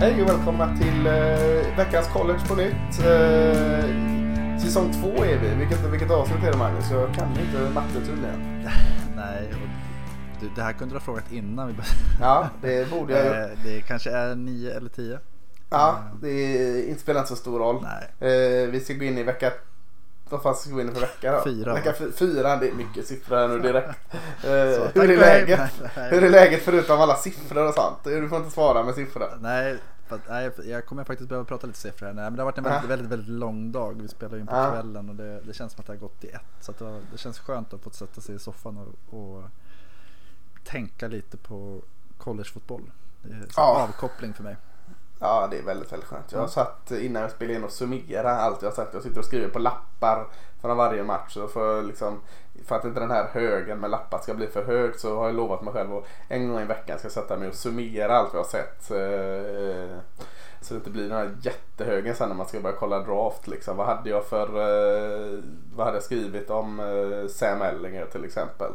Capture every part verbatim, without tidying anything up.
Hej och välkomna till eh, veckans college på nytt. Eh, säsong två är vi. Vilket, vilket avsnitt är det, Magnus? Jag kan inte matte tydligen. Nej, och du, det här kunde du ha frågat innan vi började. Ja, det borde jag ju. Det kanske är nio eller tio. Ja, det är inte spelar inte så stor roll. Nej. Eh, vi ska gå in i vecka... Vad fan ska vi gå in i för vecka då? Fyra. Vecka f- fyra, det är mycket siffror nu direkt. Eh, Så, hur är läget? nej, nej. Hur är läget förutom alla siffror och sånt? Du får inte svara med siffror. Nej, för, nej, jag kommer faktiskt behöva prata lite siffror här. Nej, men det har varit en väldigt, väldigt, väldigt lång dag. Vi spelar in på Ja. kvällen och det, det känns som att det har gått i ett. Så att det, var, det känns skönt att få sätta sig i soffan och, och tänka lite på collegefotboll. Det är så Ja. avkoppling för mig. Ja, det är väldigt, väldigt skönt. Jag har satt innan jag spelar in och summerar allt jag har sagt. Jag sitter och skriver på lappar från varje match. Och för, liksom, för att inte den här högen med lappar ska bli för hög, så har jag lovat mig själv att en gång i veckan ska jag sätta mig och summera allt jag har sett. Så det inte blir den här jättehögen sen när man ska börja kolla draft. Liksom. Vad hade jag för vad hade jag skrivit om Sam Ellinger till exempel?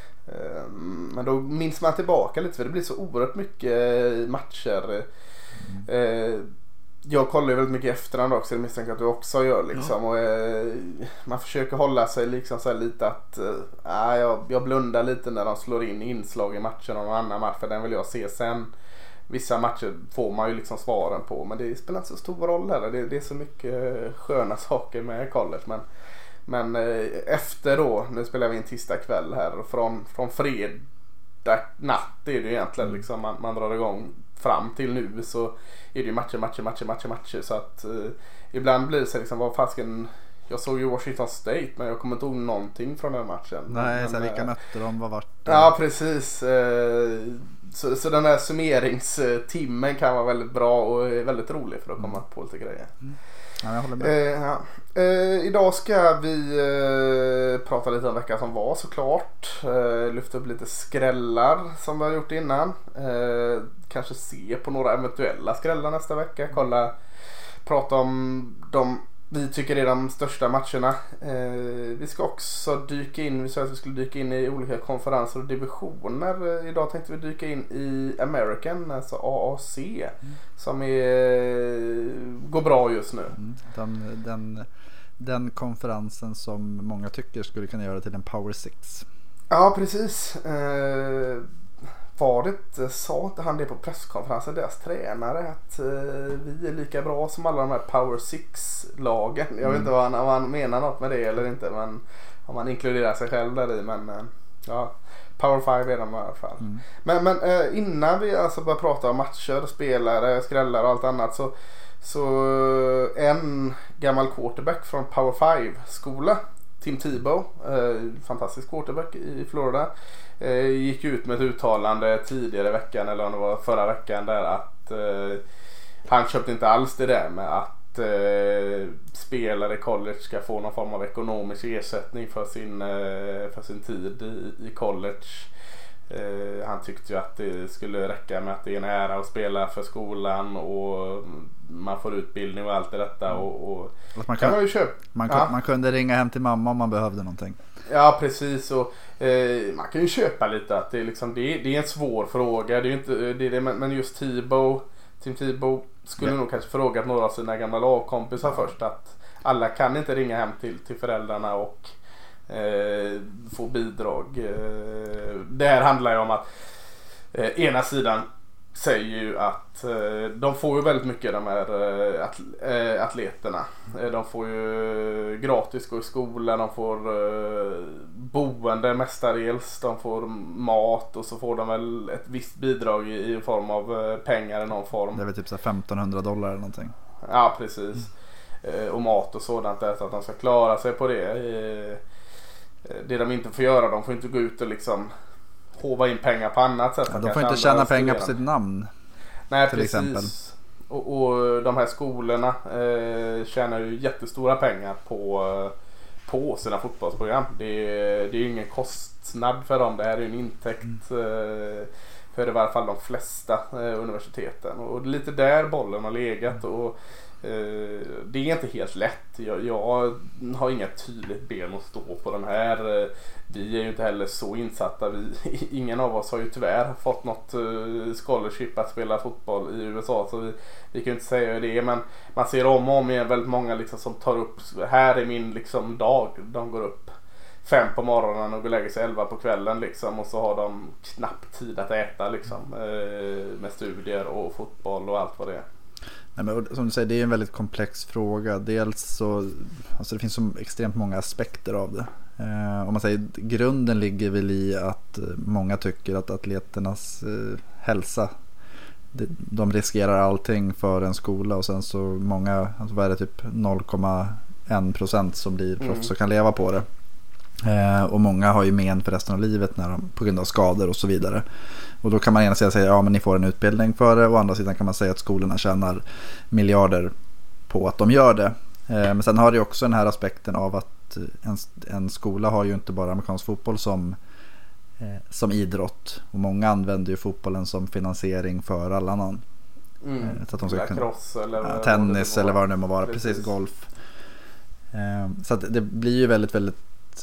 Men då minns man tillbaka lite, för det blir så oerhört mycket matcher. Mm. Jag kollar ju väldigt mycket efterhand också, det misstänker att du också gör liksom. Ja. Och, eh, man försöker hålla sig liksom så här lite att eh, jag, jag blundar lite när de slår in inslag i matchen och någon annan match, för den vill jag se sen. Vissa matcher får man ju liksom svaren på, men det spelar inte så stor roll heller. Det, det är så mycket sköna saker med college. Men, men eh, efter då, nu spelar vi en tisdag kväll här, och från, från fredag natt är det egentligen liksom man, man drar igång. Fram till nu så är det ju matcher, matcher, matcher, matcher, matcher. Så att eh, ibland blir det så liksom, vad fasken, jag såg ju Washington State, men jag kommer inte ihåg någonting från den matchen. Nej, men, så här, vilka mötte de, vad vart det? Ja, precis. Eh, så, så den här summeringstimmen kan vara väldigt bra och är väldigt rolig för att komma mm. på lite grejer. Mm. Ja, jag håller med. Eh, ja. eh, idag ska vi eh, prata lite om veckan som var, såklart. Eh, lyfta upp lite skrällar som vi har gjort innan. Eh, kanske se på några eventuella skrällar nästa vecka. Kolla, prata om de vi tycker är de största matcherna. Eh, vi ska också dyka in, vi sa att vi skulle dyka in i olika konferenser och divisioner. Eh, idag tänkte vi dyka in i American, alltså A A C, mm. som är, går bra just nu. Mm. Den, den, den konferensen som många tycker skulle kunna göra till en Power Six. Ja, precis. Eh, var det, sa inte han det på presskonferensen, deras tränare, att eh, vi är lika bra som alla de här Power Six-lagen. Jag mm. vet inte vad han, vad han menar något med det eller inte, men om man inkluderar sig själv där i, men eh, ja, Power Five är de i alla fall. Mm. Men, men eh, innan vi alltså börjar prata om matcher, spelare, skrällar och allt annat, så, så en gammal quarterback från Power Five-skola, Tim Tebow, eh, fantastisk quarterback i Florida, eh, gick ut med ett uttalande tidigare i veckan, eller om det var förra veckan, där att eh, han köpte inte alls det där med att eh, spelare i college ska få någon form av ekonomisk ersättning för sin, eh, för sin tid i, i college. Eh, han tyckte ju att det skulle räcka med att det är en ära att spela för skolan och man får utbildning och allt det detta, och, och man, kan kan, man ju köpa. Man, ja. man kunde ringa hem till mamma om man behövde någonting. Ja, precis. Och, eh, man kan ju köpa lite att det är, liksom, det är, det är en svår fråga. Det är inte, det är det, men just Tebow, Tim Tebow skulle ja. nog kanske frågat några av sina gamla lagkompisar först, att alla kan inte ringa hem till, till föräldrarna och eh, få bidrag. Eh, det här handlar ju om att eh, ena sidan säger ju att eh, de får ju väldigt mycket, de här eh, at, eh, atleterna. Eh, de får ju gratis gå i skolan, de får eh, boende mestadels, de får mat, och så får de väl ett visst bidrag i, i form av eh, pengar i någon form. Det är väl typ så femtonhundra dollar eller någonting. Ja, precis. Mm. Eh, och mat och sådant där, så att de ska klara sig på det. Eh, det de inte får göra, de får inte gå ut och liksom håva in pengar på annat sätt. Ja, de får inte tjäna pengar på sitt namn. Nej, till precis. Exempel. Och, och de här skolorna eh, tjänar ju jättestora pengar på, på sina fotbollsprogram. Det är, det är ju ingen kostnad för dem. Det här är ju en intäkt mm. eh, för i alla fall de flesta eh, universiteten. Och det är lite där bollen har legat. Och det är inte helt lätt. Jag, jag har inga tydligt ben att stå på den här. Vi är ju inte heller så insatta. Vi, ingen av oss har ju tyvärr fått något scholarship att spela fotboll i U S A, så vi, vi kan ju inte säga det, men man ser om och om igen väldigt många liksom som tar upp, här är min liksom dag, de går upp fem på morgonen och går lägger sig elva på kvällen liksom, och så har de knappt tid att äta liksom, med studier och fotboll och allt vad det är. Nej, men som du säger, det är en väldigt komplex fråga. Dels så, alltså det finns så extremt många aspekter av det. Eh, om man säger, grunden ligger väl i att många tycker att atleternas eh, hälsa, de, de riskerar allting för en skola, och sen så många, alltså vad är det, typ noll komma en procent som blir proffs och kan leva på det. Eh, och många har ju men för resten av livet när de, på grund av skador och så vidare. Och då kan man ena sidan säga, ja men ni får en utbildning för det, och andra sidan kan man säga att skolorna tjänar miljarder på att de gör det. Eh, men sen har det också den här aspekten av att en, en skola har ju inte bara amerikansk fotboll som, eh, som idrott, och många använder ju fotbollen som finansiering för all annan. Mm. Eh, så att de ska kunna, cross eller ja, tennis eller vad det nu må vara, precis, precis golf. Eh, så att det blir ju väldigt, väldigt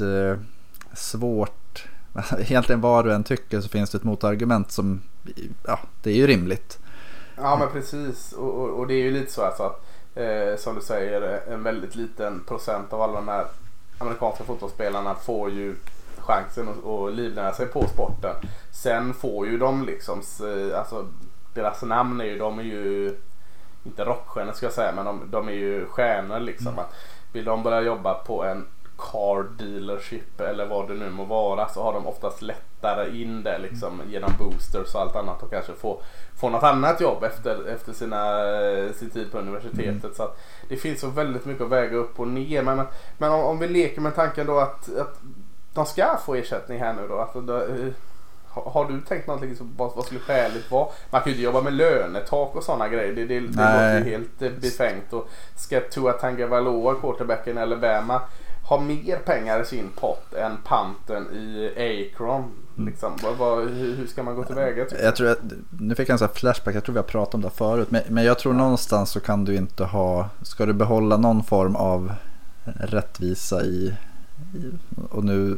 svårt. Egentligen vad du än tycker så finns det ett motargument som, ja, det är ju rimligt. Ja men precis, och, och, och det är ju lite så alltså att eh, som du säger, en väldigt liten procent av alla de här amerikanska fotbollsspelarna får ju chansen att och livnära sig på sporten. Sen får ju de liksom, alltså deras namn är ju, de är ju inte rockstjärnor ska jag säga, men de, de är ju stjärnor liksom. Mm. Att vill de börja jobba på en car dealership eller vad det nu må vara, så har de oftast lättare in det liksom, genom boosters och allt annat, och kanske få, få något annat jobb efter, efter sina, sin tid på universitetet. Mm. Så att det finns så väldigt mycket att väga upp och ner. Men, men om, om vi leker med tanken då att, att de ska få ersättning här nu då, att, då har du tänkt någonting som, vad, vad skulle skäligt vara? Man kan ju inte jobba med lönetak och sådana grejer. Det, det, det låter ju helt befängt. Och ska Tua Tagovailoa, quarterbacken eller Alabama, ha mer pengar i sin pott än panten i Akron liksom? Vad, vad, hur, hur ska man gå tillväga? Jag tror att, nu fick jag en sån här flashback, jag tror vi har pratat om det förut, men, men jag tror någonstans så kan du inte ha, ska du behålla någon form av rättvisa i, i och nu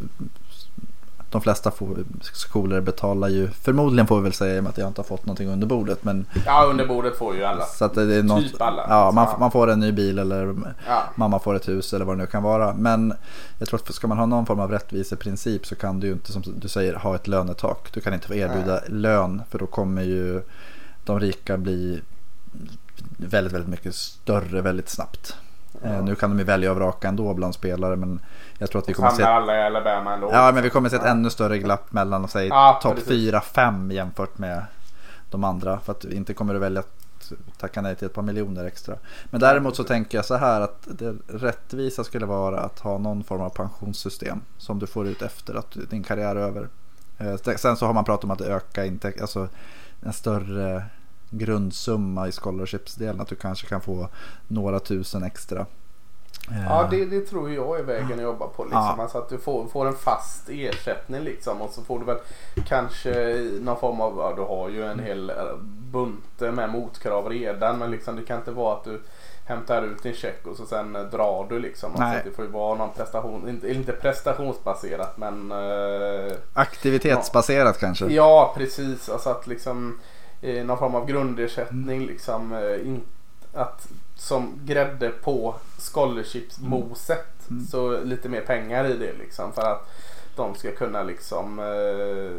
de flesta skolor betalar ju, förmodligen får vi väl säga, i och med att jag inte har fått någonting under bordet, men ja, under bordet får ju alla. Så att det är något, typ alla. Ja, man, man får en ny bil eller ja. Mamma får ett hus eller vad det nu kan vara. Men jag tror att ska man ha någon form av rättviseprincip så kan du ju inte, som du säger, ha ett lönetak. Du kan inte få erbjuda Nej. lön, för då kommer ju de rika bli väldigt, väldigt mycket större väldigt snabbt. Ja. Eh, nu kan de ju välja och vraka ändå bland spelare, men jag tror att vi kommer se alla i Alabama ändå. Ja, men vi kommer se ett ja. ännu större glapp mellan, säg, ja, topp fyra fem jämfört med de andra, för att inte kommer du välja att tacka nej till ett par miljoner extra. Men däremot så tänker jag så här, att det rättvisa skulle vara att ha någon form av pensionssystem som du får ut efter att din karriär är över. Eh, sen så har man pratat om att öka intäkt, alltså en större grundsumma i scholarships-delen, att du kanske kan få några tusen extra. Ja, det, det tror jag är vägen att jobba på liksom. Ja. Alltså att du får, får en fast ersättning liksom, och så får du väl kanske någon form av, ja, du har ju en hel bunte med motkrav redan, men liksom det kan inte vara att du hämtar ut din check och så sen drar du liksom. Alltså det får ju vara någon prestation, inte, inte prestationsbaserat, men eh, aktivitetsbaserat ja. kanske. Ja, precis, alltså att liksom eh, någon form av grundersättning mm. liksom eh, in, att som grädde på scholarships-moset mm. så lite mer pengar i det liksom, för att de ska kunna liksom eh,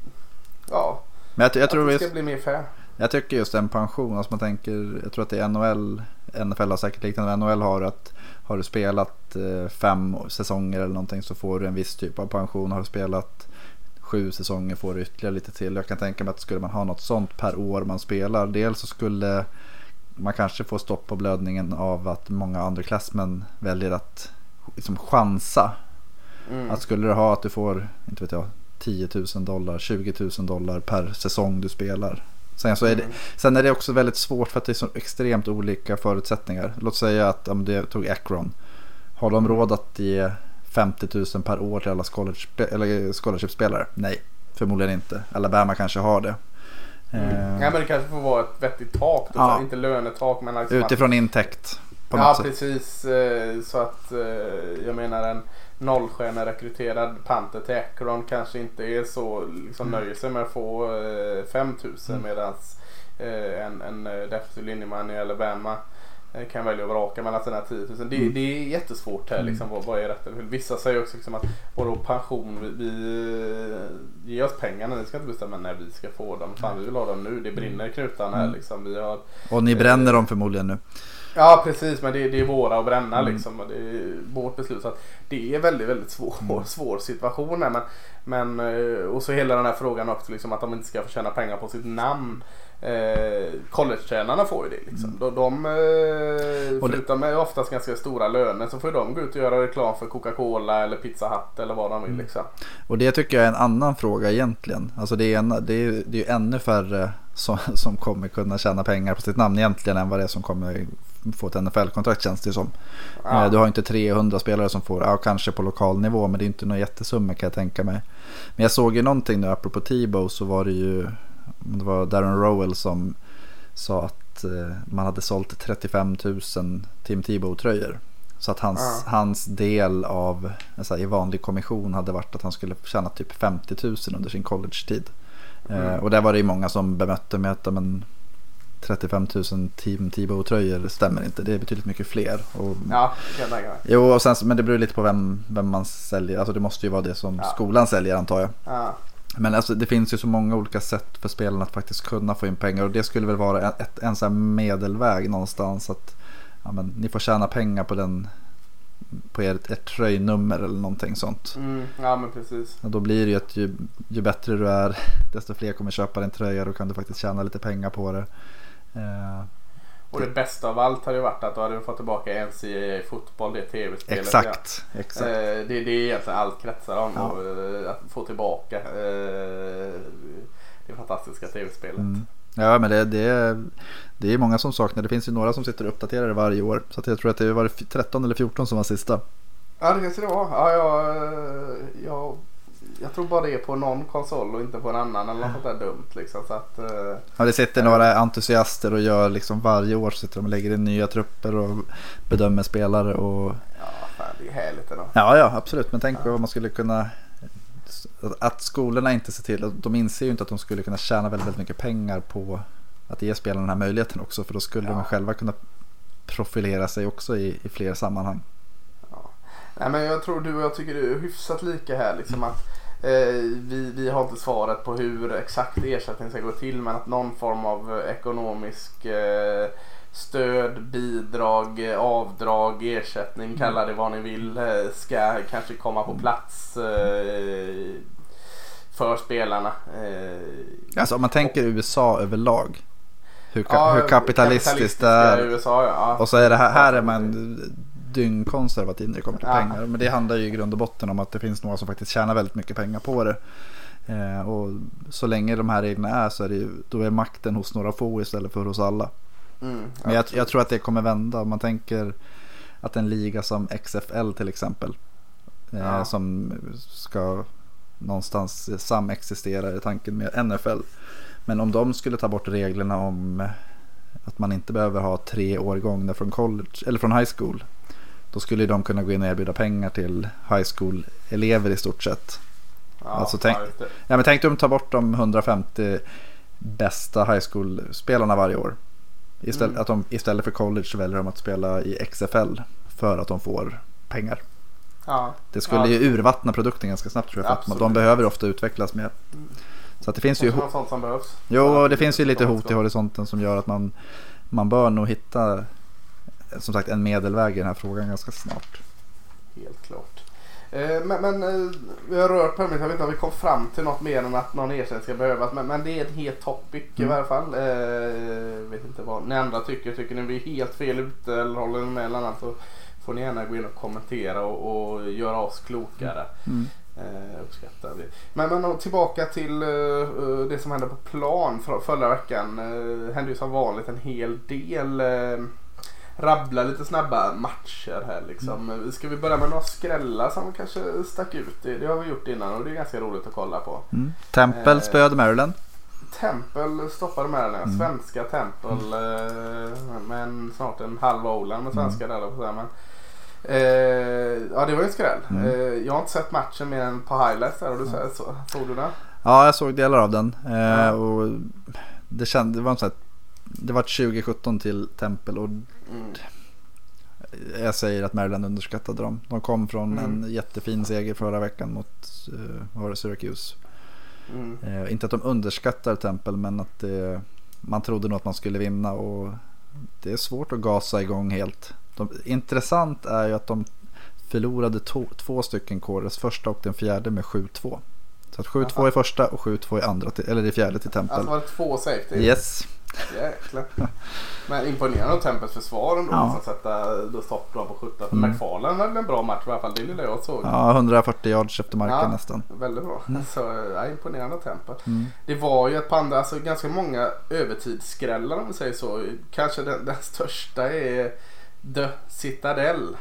ja, men jag, jag att tror det ska just, bli mer fair. Jag tycker just en pension, alltså man tänker, jag tror att det är N H L, N F L har säkert liknande, N H L har att har du spelat eh, fem säsonger eller någonting så får du en viss typ av pension, har du spelat sju säsonger får du ytterligare lite till. Jag kan tänka mig att skulle man ha något sånt per år man spelar, dels så skulle man kanske får stopp på blödningen av att många andra klassmän väljer att liksom chansa. Mm. Att skulle du ha att du får, inte vet jag, tio tusen dollar, tjugo tusen dollar per säsong du spelar. Sen, så är det, mm. sen är det också väldigt svårt för att det är så extremt olika förutsättningar. Låt säga att om det tog Akron, har de råd att ge femtio tusen per år till alla scholarship, eller scholarship-spelare? Nej, förmodligen inte. Alabama kanske har det. Mm. Ja, men det kanske får vara ett vettigt tak då, ja. Inte lönetak men liksom utifrån att, intäkt på ja något precis sätt. Så att jag menar en nollstjärna rekryterad Panther till Akron kanske inte är så liksom, mm. nöjer sig med att få fem tusen mm. medan en, en defensive linjeman i Alabama kan välja att vraka mellan sina tio tusen. Det, mm. det är jättesvårt här liksom, vad, vad är rätt? Vissa säger också liksom, att vadå pension, vi, vi ger oss pengarna, ni ska inte bestämma när vi ska få dem. Fan, vi vill ha dem nu, det brinner knutan här liksom. Vi har, och ni bränner eh, dem förmodligen nu. Ja precis, men det, det är våra att bränna mm. liksom, och det är vårt beslut, så att det är väldigt väldigt svår, mm. svår situation här, men, men och så hela den här frågan också liksom, att de inte ska få tjäna pengar på sitt namn. Eh, college-tränarna får ju det liksom. Mm. De, de eh, förutom med oftast ganska stora löner så får de gå ut och göra reklam för Coca-Cola eller Pizza Hut eller vad de vill liksom. Och det tycker jag är en annan fråga egentligen. Alltså det är, en, det är, det är ju ännu färre som, som kommer kunna tjäna pengar på sitt namn egentligen än vad det är som kommer få ett N F L-kontrakt, känns det som. Ja. Eh, du har inte trehundra spelare som får, ja, kanske på lokal nivå, men det är inte någon jättesumma kan jag tänka mig. Men jag såg ju någonting nu apropå Tebow, så var det ju det var Darren Rowell som sa att eh, man hade sålt trettiofem tusen Tim Tebow-tröjor. Så att hans, ja. hans del av alltså, i vanlig kommission hade varit att han skulle tjäna typ femtio tusen under sin college-tid. Mm. Eh, och där var det ju många som bemötte med att men, trettiofem tusen Tim Tebow-tröjor stämmer inte. Det är betydligt mycket fler. Och, ja, jag tänker det. Jo, och sen, men det beror lite på vem, vem man säljer. Alltså det måste ju vara det som ja. skolan säljer, antar jag. Ja. Men alltså, det finns ju så många olika sätt för spelarna att faktiskt kunna få in pengar, och det skulle väl vara ett, ett, en sån här medelväg någonstans, att ja, men, ni får tjäna pengar på den på ert, ert tröjnummer eller någonting sånt. Mm, ja men precis. Och då blir det ju att ju, ju bättre du är, desto fler kommer köpa din tröja, och kan du faktiskt tjäna lite pengar på det. Eh, Och det bästa av allt hade ju varit att du hade fått tillbaka N C A A-fotboll, det tv-spelet. Exakt, ja. exakt. Eh, det, det är egentligen allt kretsar om, ja. och, eh, att få tillbaka eh, det fantastiska tv-spelet. Mm. Ja, men det, det, är, det är många som saknar. Det finns ju några som sitter och uppdaterar det varje år. Så att jag tror att det var tretton eller fjorton som var sista. Ja, det kanske det var. Ja, jag, jag, jag tror bara det är på någon konsol och inte på en annan eller något sånt där dumt liksom, så att, uh, ja, det sitter äh, några entusiaster och gör liksom varje år, så sitter de och lägger in nya trupper och bedömer spelare och... Ja, fan, det är härligt ändå. Ja, ja, absolut. Men tänk på vad man skulle kunna... Att skolorna inte ser till, de inser ju inte att de skulle kunna tjäna väldigt, väldigt mycket pengar på att ge spelarna den här möjligheten också, för då skulle ja. de själva kunna profilera sig också i, i fler sammanhang. Ja. Nej, men jag tror du och jag tycker det är hyfsat lika här liksom, att eh, vi, vi har inte svaret på hur exakt ersättning ska gå till, men att någon form av ekonomisk eh, stöd, bidrag, avdrag, ersättning, mm. kalla det vad ni vill, ska kanske komma på plats eh, för spelarna. Eh, alltså om man tänker och, U S A överlag, hur, ka- ja, hur kapitalistiskt det är. U S A, ja. Och så är det här, här är man dyngkonservativ när det kommer till ja. pengar. Men det handlar ju i grund och botten om att det finns några som faktiskt tjänar väldigt mycket pengar på det. Eh, och så länge de här reglerna är, så är det ju, då är makten hos några få istället för hos alla. Mm, men jag, jag tror att det kommer vända. Om man tänker att en liga som X F L till exempel, ja. eh, som ska någonstans samexistera i tanken med N F L, men om de skulle ta bort reglerna om att man inte behöver ha tre årgångar från college eller från high school, då skulle de kunna gå in och erbjuda pengar till high school elever i stort sett. Ja, alltså tänk, ja, men tänk om de tar bort de hundrafemtio bästa high school spelarna varje år. Istället, mm. att de, istället för college så väljer de att spela i X F L för att de får pengar. Ja. Det skulle ja. ju urvattna produkten ganska snabbt, tror jag, för att de behöver ofta utvecklas mer. Mm. Så att det finns ju ho- sånt som behövs. Jo, och det finns ju lite hot i horisonten som gör att man, man bör nog hitta, som sagt, en medelväg i den här frågan ganska snart. Helt klart. Eh, men men eh, vi har rört på det, jag vet inte om vi kom fram till något mer än att någon ersättning ska behövas, men, men det är ett helt topic mm. i varje fall. Eh, vet inte vad ni andra tycker. Tycker ni vi är helt fel ute eller håller ni med eller annat, så får ni gärna gå in och kommentera och, och göra oss klokare. Mm. Eh, uppskattar vi. Men, men tillbaka till uh, det som hände på plan för, förra veckan. Uh, hände ju som vanligt en hel del. Uh, rabbla lite snabba matcher här liksom. Mm. Ska vi börja med några skrällar som kanske stack ut? Det, det har vi gjort innan och det är ganska roligt att kolla på. Mm. Temple uh, spöade Maryland. Temple stoppade med den. Mm. Svenska Temple mm. med en, snart en halv Oland med svenska mm. där på så här, men Eh, ja, det var ju en skräll. Mm. Eh, jag har inte sett matchen mer än på highlights där, och du säger så. Såg du det? Ja, jag såg delar av den. Eh, mm. och det kände, det var en sån här, det var tjugo sjutton till Temple, och mm. jag säger att Maryland underskattade dem. De kom från mm. en jättefin seger förra veckan mot uh, var det Syracuse. Mm. Eh, inte att de underskattar Temple, men att det, man trodde nog att man skulle vinna, och det är svårt att gasa igång helt. De, intressant är ju att de förlorade to, två stycken quarters, första och den fjärde, med sju två. Så att sju två i första och sju två i andra till, eller i fjärde till Temple. Alltså var det två safety? Yes. Jäklar. Men imponerande av Temples försvar ändå, ja. Som sätta då stopp på sjutton. Mm. McFarland hade en bra match i alla fall, det är det jag såg. Ja, hundrafyrtio yards efter marken ja, nästan. Väldigt bra. Mm. Så ja, imponerande av Temple. Mm. Det var ju ett par andra, alltså ganska många övertidsskrällar om vi säger så. Kanske den, den största är The Citadel.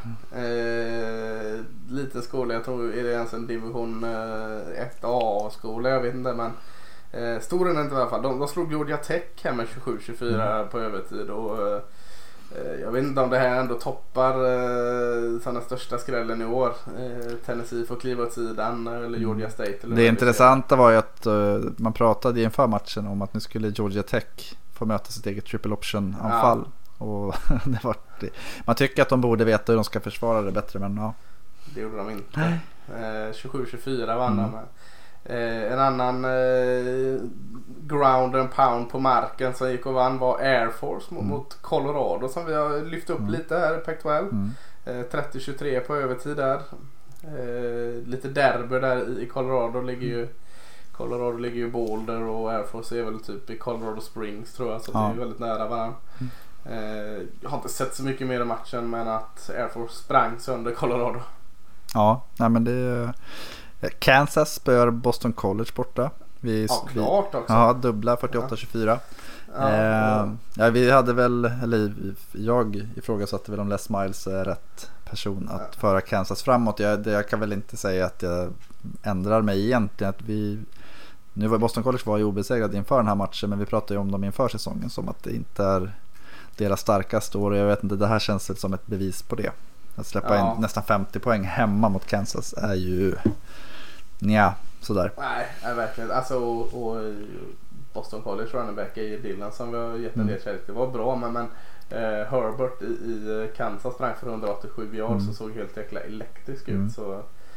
Eh, liten skola, jag tror är det ens en division eh, ett A-skola, jag vet inte, men eh, stor är den inte i alla fall. De, de slog Georgia Tech här med tjugosju tjugofyra mm. på övertid, och eh, jag vet inte om det här ändå toppar eh, den största skrällen i år. Eh, Tennessee får kliva åt sidan, eller Georgia State. Eller det intressanta var ju att uh, man pratade inför matchen om att nu skulle Georgia Tech få möta sitt eget triple option anfall. Ja. Och det var det. Man tycker att de borde veta hur de ska försvara det bättre, men ja. Det gjorde de inte. Eh, tjugosju tjugofyra vann mm. de. Eh, en annan eh, ground and pound på marken som gick och vann var Air Force mot, mm. mot Colorado, som vi har lyft upp mm. lite här i Pac tolv. Mm. Eh, trettio tjugotre på övertid där. Eh, lite derby där i Colorado ligger ju Colorado ligger ju Boulder, och Air Force är väl typ i Colorado Springs tror jag, så ja. Det är väldigt nära varandra. Mm. Eh, jag har inte sett så mycket mer i matchen, men att Air Force sprang sönder Colorado. Ja, nej men det är Kansas spör Boston College borta. Vi, ja, klart också. Ja, dubbla fyrtioåtta tjugofyra. Ja, eh, ja. ja, vi hade väl, eller jag ifrågasatte väl om Les Miles är rätt person att ja. föra Kansas framåt. Jag, jag kan väl inte säga att jag ändrar mig egentligen. Att vi, nu var Boston College var ju obesegrad inför den här matchen, men vi pratade ju om dem inför säsongen som att det inte är deras starkaste år. Jag vet inte, det här känns väl som ett bevis på det. Att släppa ja. in nästan femtio poäng hemma mot Kansas är ju nja, sådär. Nej, nej verkligen. Alltså, och, och Boston College running back i Dylan som vi har gett en del kärlek. Det var bra, men, men eh, Herbert i, i Kansas sprang för hundraåttiosju yards mm. så såg helt jäkla elektrisk mm. ut. Så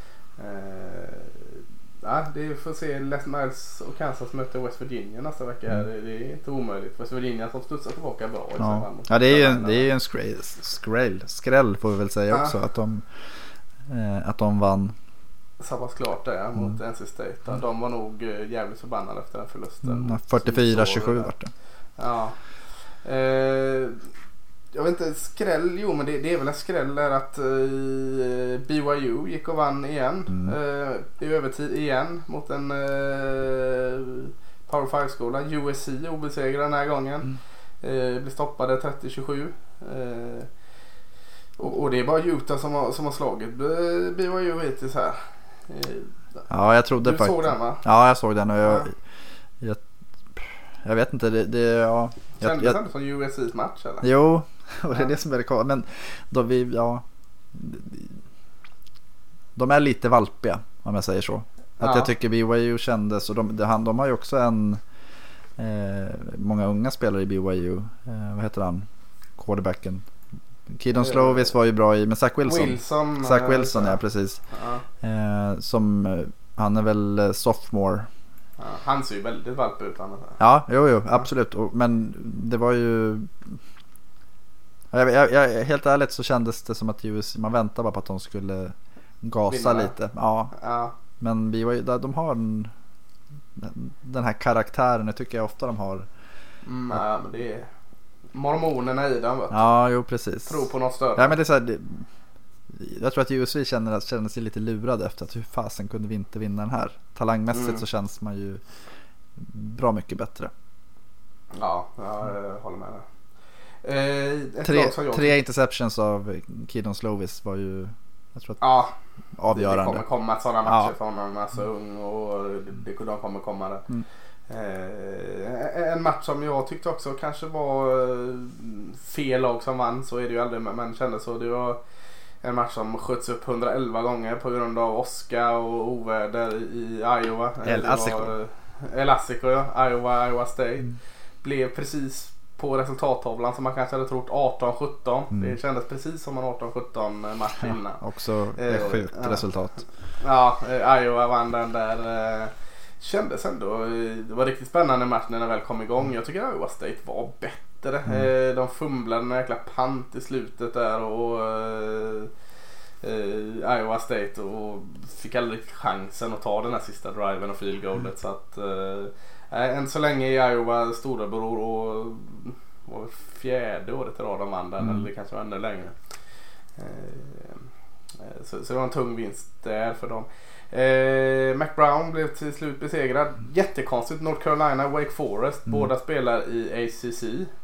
eh, ja, det får se. Les Miles och Kansas möter West Virginia nästa vecka här. Mm. Det är inte omöjligt. West Virginia som studsar tillbaka bra. Ja, ja det är ju det är en skräll, skräll, skräll får vi väl säga ja. också att de, eh, att de vann. Så pass klart det mm. mot N C State. Mm. De var nog jävligt förbannade efter den förlusten. Mm, fyrtiofyra tjugosju vart det. Ja. Eh, jag vet inte, skräll, jo men det, det är väl en skräll där att eh, B Y U gick och vann igen. Mm. Eh, i övertid igen mot en eh, Power five-skola. U S C obesegrad den här gången. Mm. Eh, blir stoppade trettio tjugosju. Eh, och, och det är bara Utah som har, som har slagit B Y U hittills här. Ja, jag trodde du faktiskt. såg den va? Ja, jag såg den och jag, ja. jag, jag vet inte det, det ja. Kändes jag, det inte som U S C:s match eller? Jo, och det är det som är det, men då vi ja de är lite valpiga om jag säger så. Att ja. jag tycker B Y U kändes och de de, de har ju också en eh, många unga spelare i B Y U. Eh, vad heter han? Quarterbacken. Keaton Slovis var ju bra i, men Zach Wilson Wilson Zach Wilson ja precis ja. Eh, som han är väl sophomore ja, han ser ju väldigt valp ut han. Ja, jo, jo absolut och, men det var ju jag, jag, jag, helt ärligt så kändes det som att U S, man väntade bara på att de skulle gasa Vinna. lite ja. ja men vi var ju, de har en, den här karaktären jag tycker jag ofta de har mm, ja men det är mormonerna i den vet du. Ja, jo precis. Tror på något större. Ja, men det är så här, det, jag tror att U S C känner, känner sig lite lurad efter att hur fasen kunde vi inte vinna den här. Talangmässigt mm. så känns man ju bra mycket bättre. Ja, jag håller med dig. Eh, tre, tre interceptions av Keaton Slovis var ju jag tror att ja, avgörande. Det kommer komma sådana matcher ja. för honom, alltså ung och det, de kommer komma där. Mm. Eh, en match som jag tyckte också kanske var fel lag som vann, så är det ju aldrig, men kände så. Det var en match som sköts upp hundraelva gånger på grund av åska och oväder i Iowa. El Asico. El Asico, ja. Iowa, Iowa State. Mm. Blev precis på resultattavlan som man kanske hade trott arton sjutton. Mm. Det kändes precis som en arton sjutton match innan. Ja, också ett sjukt eh, resultat. Ja, Iowa vann den där. Kändes ändå, det var riktigt spännande match när den väl kom igång. Jag tycker Iowa State var bättre. Mm. De fumblade en jäkla pant i slutet där och uh, Iowa State och fick aldrig chansen att ta den här sista driven och field goalet. Mm. Så att uh, än så länge är Iowa storebror och var fjärde året i rad de vann den, mm. eller det kanske var ännu längre. Uh, så, så det var en tung vinst där för dem. Eh, McBrown blev till slut besegrad. Jättekonstigt, North Carolina, Wake Forest, mm. båda spelar i A C C.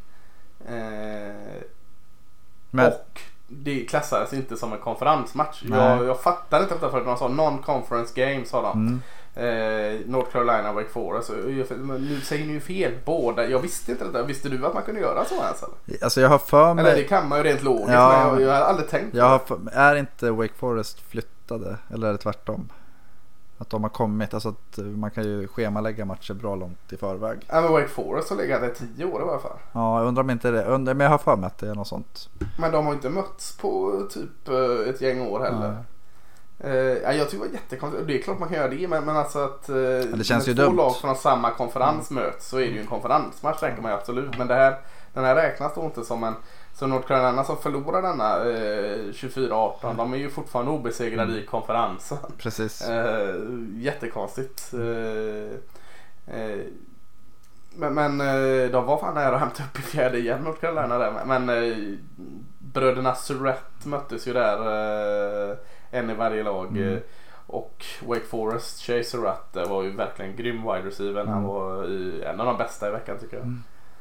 Eh, Men. Och det klassades inte som en konferensmatch. Jag, jag fattar inte efter för de sa non-conference game, sa de. Mm. Eh, North Carolina, Wake Forest. Nu säger ni ju fel, båda. Jag visste inte det. Visste du att man kunde göra så ens? Eller? Alltså jag har för mig... Eller det kan man ju rent logiskt, ja, men jag, jag har aldrig tänkt jag har för... Är inte Wake Forest flyttade? Eller är det tvärtom? Att de har kommit, alltså att man kan ju schemalägga matcher bra långt i förväg. Ja, men Wake Forest har legat där tio år i alla fall. Ja, jag undrar om inte det, undrar, men jag har för mig att det är något sånt. Men de har inte mötts på typ ett gäng år heller. Ja. Uh, jag tycker det var jättekonstigt. Det är klart man kan göra det, men, men alltså att uh, ja, det känns ju två dumt. lag från samma konferens mm. möts, så är det ju en konferensmatch, räknar man ju absolut. Men det här, den här räknas då inte som en... Så North Carolina som förlorar denna eh, tjugofyra arton, mm. de är ju fortfarande obesegrade mm. i konferensen. Precis. Eh, jättekonstigt. Eh, eh, men men eh, de var fan nära att hämta upp i fjärde igen, North Carolina där. Men eh, bröderna Surratt möttes ju där, eh, en i varje lag. Mm. Eh, och Wake Forest, Chase Surratt var ju verkligen grym wide receiver. Mm. Han var i, en av de bästa i veckan tycker jag. Mm.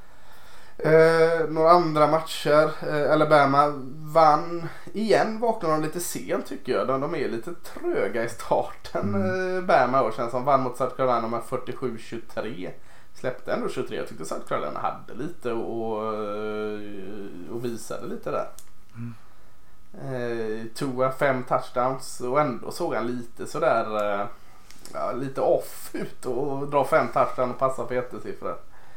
Eh, några andra matcher, eh, Alabama vann igen, vaknade de lite sent tycker jag. De, de är lite tröga i starten. mm. eh, Bama år sedan som vann mot South Carolina med fyrtiosju tjugotre, släppte ändå tjugotre. Jag tyckte South Carolina hade lite och, och visade lite där. mm. eh, Tua fem touchdowns och ändå såg han lite sådär eh, ja, lite off ut och dra fem touchdowns och passa på jättesiffror.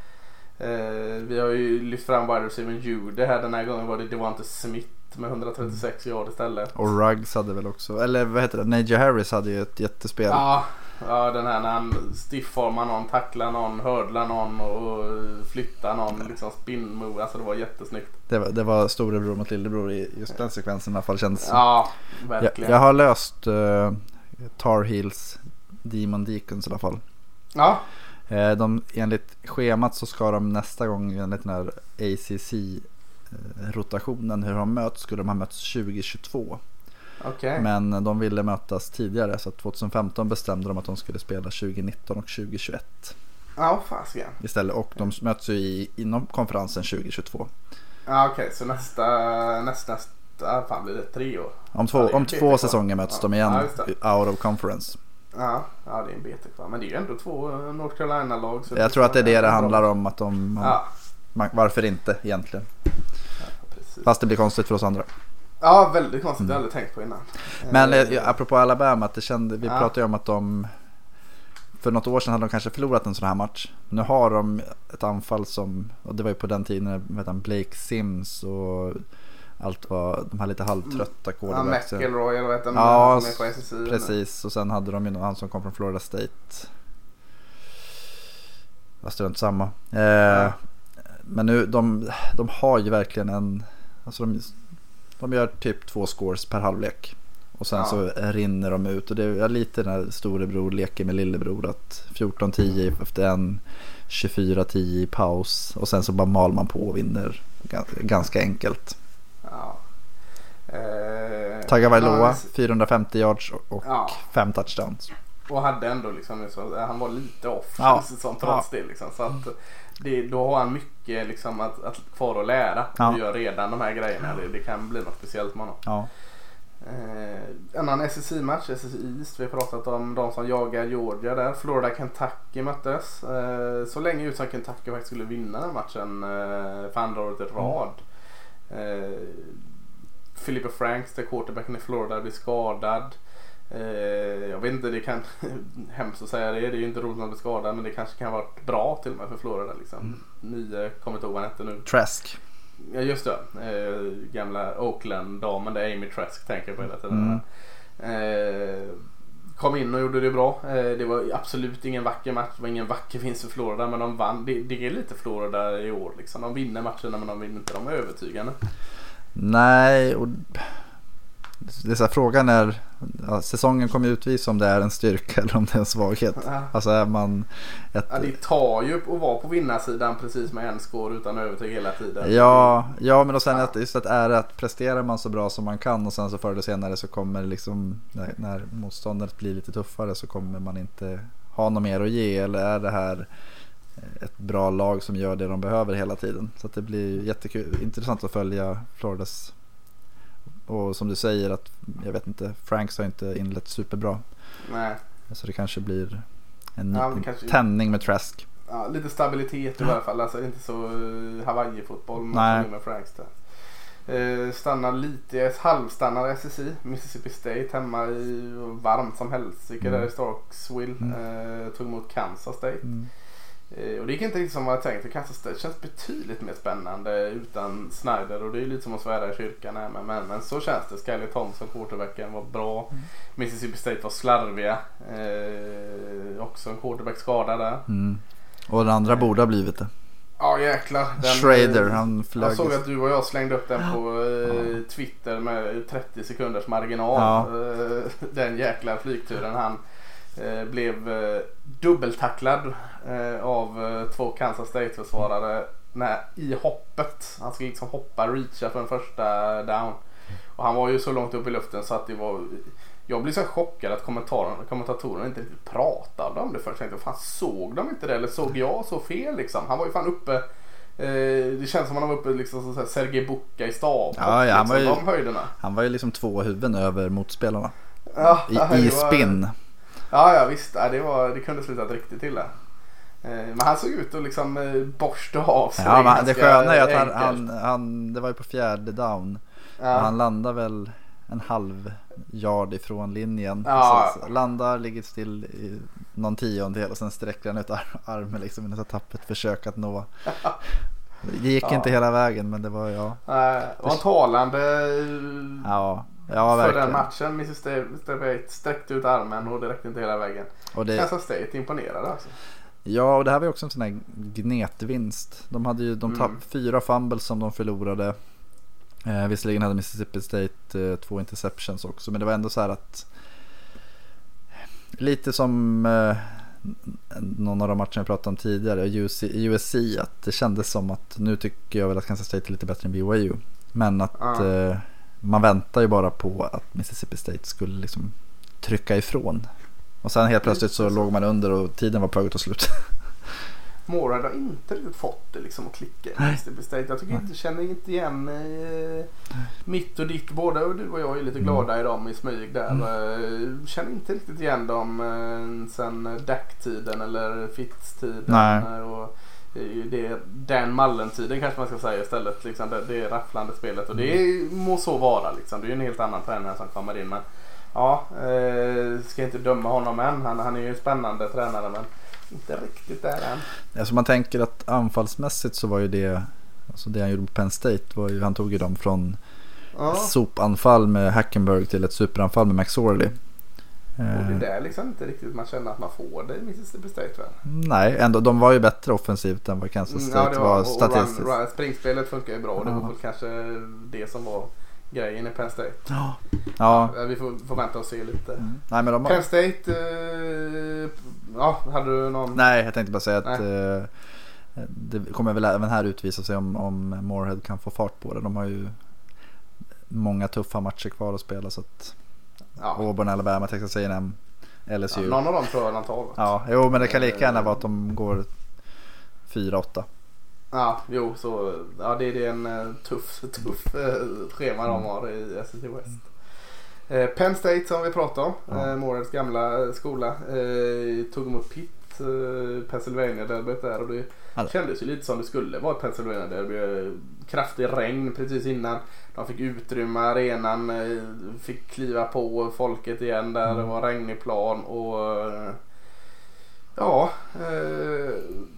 Uh, vi har ju lyft fram wide receiver Judy här. Den här gången var det Devonta Smith med etthundratrettiosex mm. yard istället. Och Ruggs hade väl också, eller vad heter det, Najee Harris hade ju ett jättespel. Ja, ja den här när han stiffformar någon, tacklar någon, hördlar någon och flyttar någon, liksom spin move. Alltså det var jättesnyggt. Det var, det var storebror mot lillebror i just den sekvensen i alla fall, kändes. Ja, verkligen. Jag, jag har löst uh, Tar Heels Demon Deacons i alla fall. Ja. De, enligt schemat så ska de nästa gång enligt den här A C C-rotationen hur de möts skulle de ha mötts tjugohundratjugotvå. Okay. Men de ville mötas tidigare, så tjugohundrafemton bestämde de att de skulle spela tjugonitton och tjugohundratjugoett. Ja, fasiken. Istället, och de möts ju i, inom konferensen tjugohundratjugotvå. Ja, okej, okay. Så nästa, nästa, nästa fan blir det tre år. Om två, om två säsonger möts ja. de igen, ja, out of conference. Ja, ja, det är en bete kvar. Men det är ju ändå två North Carolina-lag. Så jag tror att det är det det handlar om. Att de, ja. man, varför inte egentligen? Ja, fast det blir konstigt för oss andra. Ja, väldigt konstigt. Mm. Jag har aldrig tänkt på innan. Men eh, apropå Alabama, att det kände, vi ja. pratade ju om att de för något år sedan hade de kanske förlorat en sån här match. Nu har de ett anfall som, och det var ju på den tiden vet han, Blake Sims och allt var de här lite halvtrötta quarterbacks. Ja, McElroy eller vad heter ja, som är på S S I. Precis, och sen hade de ju någon som kom från Florida State. Fast det var inte samma. Eh, ja. Men nu, de, de har ju verkligen en, alltså de, de gör typ två scores per halvlek. Och sen ja. så rinner de ut. Och det är lite den här storebror leker med lillebror. Att fjorton tio efter en, tjugofyra tio i paus. Och sen så bara mal man på och vinner ganska enkelt. Ja. Eh, Tagovailoa fyrahundrafemtio yards och ja. fem touchdowns. Och hade ändå liksom så, han var lite off ja. som trots ja. det liksom, så att det, då har han mycket liksom att, att kvar att lära. Ja. Du gör redan de här grejerna. Det, det kan bli något speciellt med honom. Ja. Eh, annan S E C-match, S E C East. Vi har pratat om de som jagar Georgia där. Florida Kentucky möttes. Eh, så länge ut som Kentucky faktiskt skulle vinna den matchen eh, för andra året i rad. Eh, Philippa Franks, där quarterbacken i Florida, blir skadad. Eh, jag vet inte, det kan hemskt att säga det. Det är ju inte roligt att bli skadad, men det kanske kan ha varit bra till och med för Florida liksom. Mm. Nya kommer inte ihåg vad han hette nu. Trask. Ja just det, eh, gamla Oakland-damen där Amy Trask tänker på hela tiden. Mm. Eh, kom in och gjorde det bra. Eh, det var absolut ingen vacker match, det var ingen vacker vinst för Florida, men de vann. Det, det är lite Florida i år liksom. De vinner matcherna men de vinner inte, de är övertygande. Nej, och det är så här, frågan är, ja, säsongen kommer utvisa om det är en styrka eller om det är en svaghet. Ja. Alltså är man ett... ja, det tar ju att vara på vinnarsidan precis med en score utan övertyg hela tiden. Ja, ja men och sen ja. Att just att är att presterar man så bra som man kan och sen så förr eller senare så kommer liksom när, när motståndet blir lite tuffare så kommer man inte ha något mer att ge, eller är det här ett bra lag som gör det de behöver hela tiden. Så att det blir jättekul, intressant att följa Floridas. Och som du säger att, jag vet inte, Franks har inte inlett superbra. Nej. Så det kanske blir en ja, kanske... tändning med Trask. Ja, lite stabilitet i alla fall. Alltså inte så Hawaii-fotboll med Franks där. Eh, stannar lite, halvstannar S E C, Mississippi State hemma i varmt som helst. Vilket mm. där i Starksville mm. eh, tog emot Kansas State. Mm. Och det gick inte riktigt som man hade tänkt. Kansas State känns betydligt mer spännande utan Snyder. Och det är lite som att svära i kyrkan här. Men, men, men så känns det. Skyler Thompson, quarterbacken, var bra. Mm. Mississippi State var slarviga. Eh, också en quarterback skadad där. Mm. Och den andra eh. borde ha blivit det. Ja jäklar. Den, Schrader, han flög. Jag såg att du och jag slängde upp den på eh, Twitter med trettio sekunders marginal. Ja. Eh, den jäkla flygturen. Han eh, blev eh, dubbeltacklad eh, av eh, två Kansas State-försvarare när, i hoppet. Han skulle liksom hoppa, reacha för en första down. Och han var ju så långt upp i luften så att det var... Jag blev så chockad att kommentatorerna inte riktigt pratade om det först. Jag tänkte, fan såg de inte det? Eller såg jag så fel liksom? Han var ju fan uppe... Eh, det känns som att han var uppe liksom så här, Sergej Buka i stav. Ja, ja, han, liksom, var ju, de höjderna. Han var ju liksom två huvuden över motspelarna. Ja, I, ja, i var, spin. Ja, ja visst. Ja, det, var, det kunde slutat riktigt illa. Eh, men han såg ut att liksom eh, borsta av sig. Ja, men det sköna är att han, han, han... Det var ju på fjärde down. Ja. Han landar väl en halv yard ifrån linjen. Ja. Så landar, ligger still i någon tiondel och sen sträcker han ut ar- armen liksom i ett tappet försök att nå. Det gick ja. inte hela vägen, men det var ja. Nej, det var en talande ja. Ja, för den matchen. Mississippi State sträckte ut armen och det räckte inte hela vägen. Och det... Kansas State imponerade alltså. Ja, och det här var ju också en sån här gnetvinst. De hade ju de tapp mm. fyra fumbles som de förlorade. Eh, visserligen hade Mississippi State eh, två interceptions också, men det var ändå så här att lite som eh, någon av de matcherna jag pratade om tidigare, U S C, att det kändes som att nu tycker jag väl att Kansas State är lite bättre än B Y U, men att ah. eh, man väntar ju bara på att Mississippi State skulle liksom trycka ifrån, och sen helt plötsligt så låg man under och tiden var på väg att ta slut. Moorhead har inte riktigt fått det liksom att klicka. Jag tycker inte, känner inte igen eh, mitt och ditt, båda och du och jag är lite glada mm. i dem i smyg där. Mm. Känner inte riktigt igen dem eh, sen D A C-tiden eller Fitz-tiden. Och det, den Mallen-tiden kanske man ska säga istället. Liksom, det, det är rafflande spelet och det är, må så vara. Liksom. Det är ju en helt annan tränare som kommer in. Men ja, eh, ska inte döma honom än. Han, han är ju en spännande tränare, men inte riktigt där än. Alltså man tänker att anfallsmässigt så var ju det, alltså det han gjorde på Penn State var ju, han tog ju dem från ja. sopanfall med Hackenberg till ett superanfall med McSorley. Och det där liksom inte riktigt man känner att man får det i Mississippi State väl? Nej, ändå, de var ju bättre offensivt än vad Kansas State mm, ja, var, var statistiskt. Run, run, springspelet funkar ju bra och det ja. var väl kanske det som var grejen i Penn State. Ja. Ja. ja vi får, får vänta och se lite. Mm. Nej, men de har... Penn State eh, ja, hade du någon... Nej, jag tänkte bara säga att eh, det kommer väl även här utvisa sig om, om Moorhead kan få fart på det. De har ju många tuffa matcher kvar att spela, så att ja. Auburn, Alabama, Texas A and M, L S U. Ja, någon av dem tror jag han tar. Ja, jo, men det kan lika gärna vara att de går fyra åtta. Ja, jo, så ja, det är en tuff, tuff schema de har i S E C West. Eh, Penn State som vi pratade om, Ja. eh, Moreds gamla skola, eh, tog emot Pitt, eh, Pennsylvania-derbyt där, och det Ja. kändes ju lite som det skulle vara ett Pennsylvania-derby. Kraftig regn precis innan. De fick utrymma arenan, eh, fick kliva på folket igen där, Mm. det var regnig plan och eh, ja, eh,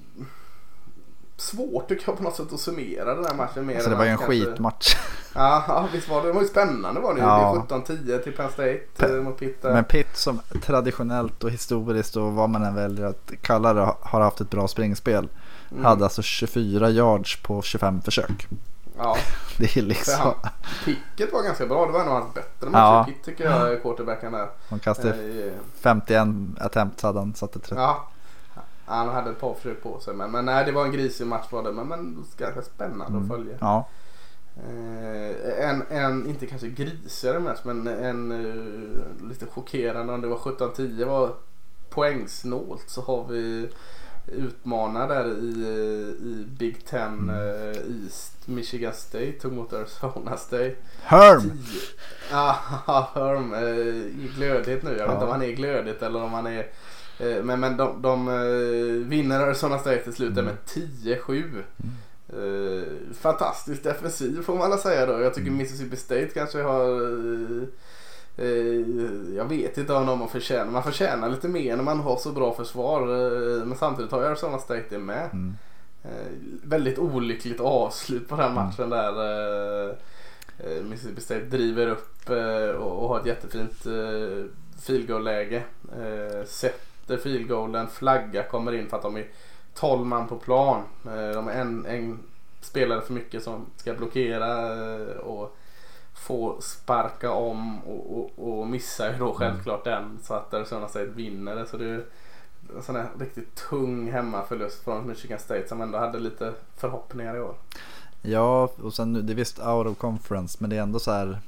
svårt tycker jag på något sätt att summera den här matchen mer. Alltså det än var ju en att kanske- skitmatch. Ja, ja, visst var det. Det var ju spännande var det ju. Ja. Det är sjutton tio till Penn State Pe- eh, mot Pitt. där. Men Pitt som traditionellt och historiskt och vad man än väljer att kalla det har haft ett bra springspel. Mm. Hade alltså tjugofyra yards på tjugofem försök. Ja, Det är för liksom... han, picket var ganska bra. Det var en av hans bättre Ja. matcher. Pitt tycker jag, quarterbacken där. Han kastade Eh, femtioen attempts hade han satte trettio. Ja, han hade ett par försök på sig. Men, men nej, det var en grisig match var det. Men, men ganska spännande Mm. att följa. Ja. Eh, en, en, inte kanske grisigare match, men en eh, lite chockerande. Om det var sjutton tio var poängsnålt, så har vi utmanare där i, i Big Ten eh, East. Michigan State tog mot Arizona State. Herm! Tio. Ja, Herm eh, i glödigt nu. Jag vet Ja. inte om han är glödigt eller om han är eh, men, men de, de eh, vinner Arizona State till slut Mm. med tio sju. Uh, fantastiskt defensiv får man väl säga då. Jag tycker Mm. Mississippi State kanske har uh, uh, jag vet inte om de förtjänar. Man förtjänar lite mer när man har så bra försvar, uh, men samtidigt har Arizona State det med. Mm. Uh, väldigt olyckligt avslut på den matchen där uh, uh, Mississippi State driver upp uh, och, och har ett jättefint uh, field goal läge, uh, sätter field goalen, flagga kommer in för att de är tolv man på plan. De är en, en spelare för mycket som ska blockera och få sparka om och, och, och missar ju då självklart den, så att Arizona State vinner det. Så det är en sån här riktigt tung hemmaförlust från Michigan State som ändå hade lite förhoppningar i år. Ja, och sen det är visst out of conference, men det är ändå så här.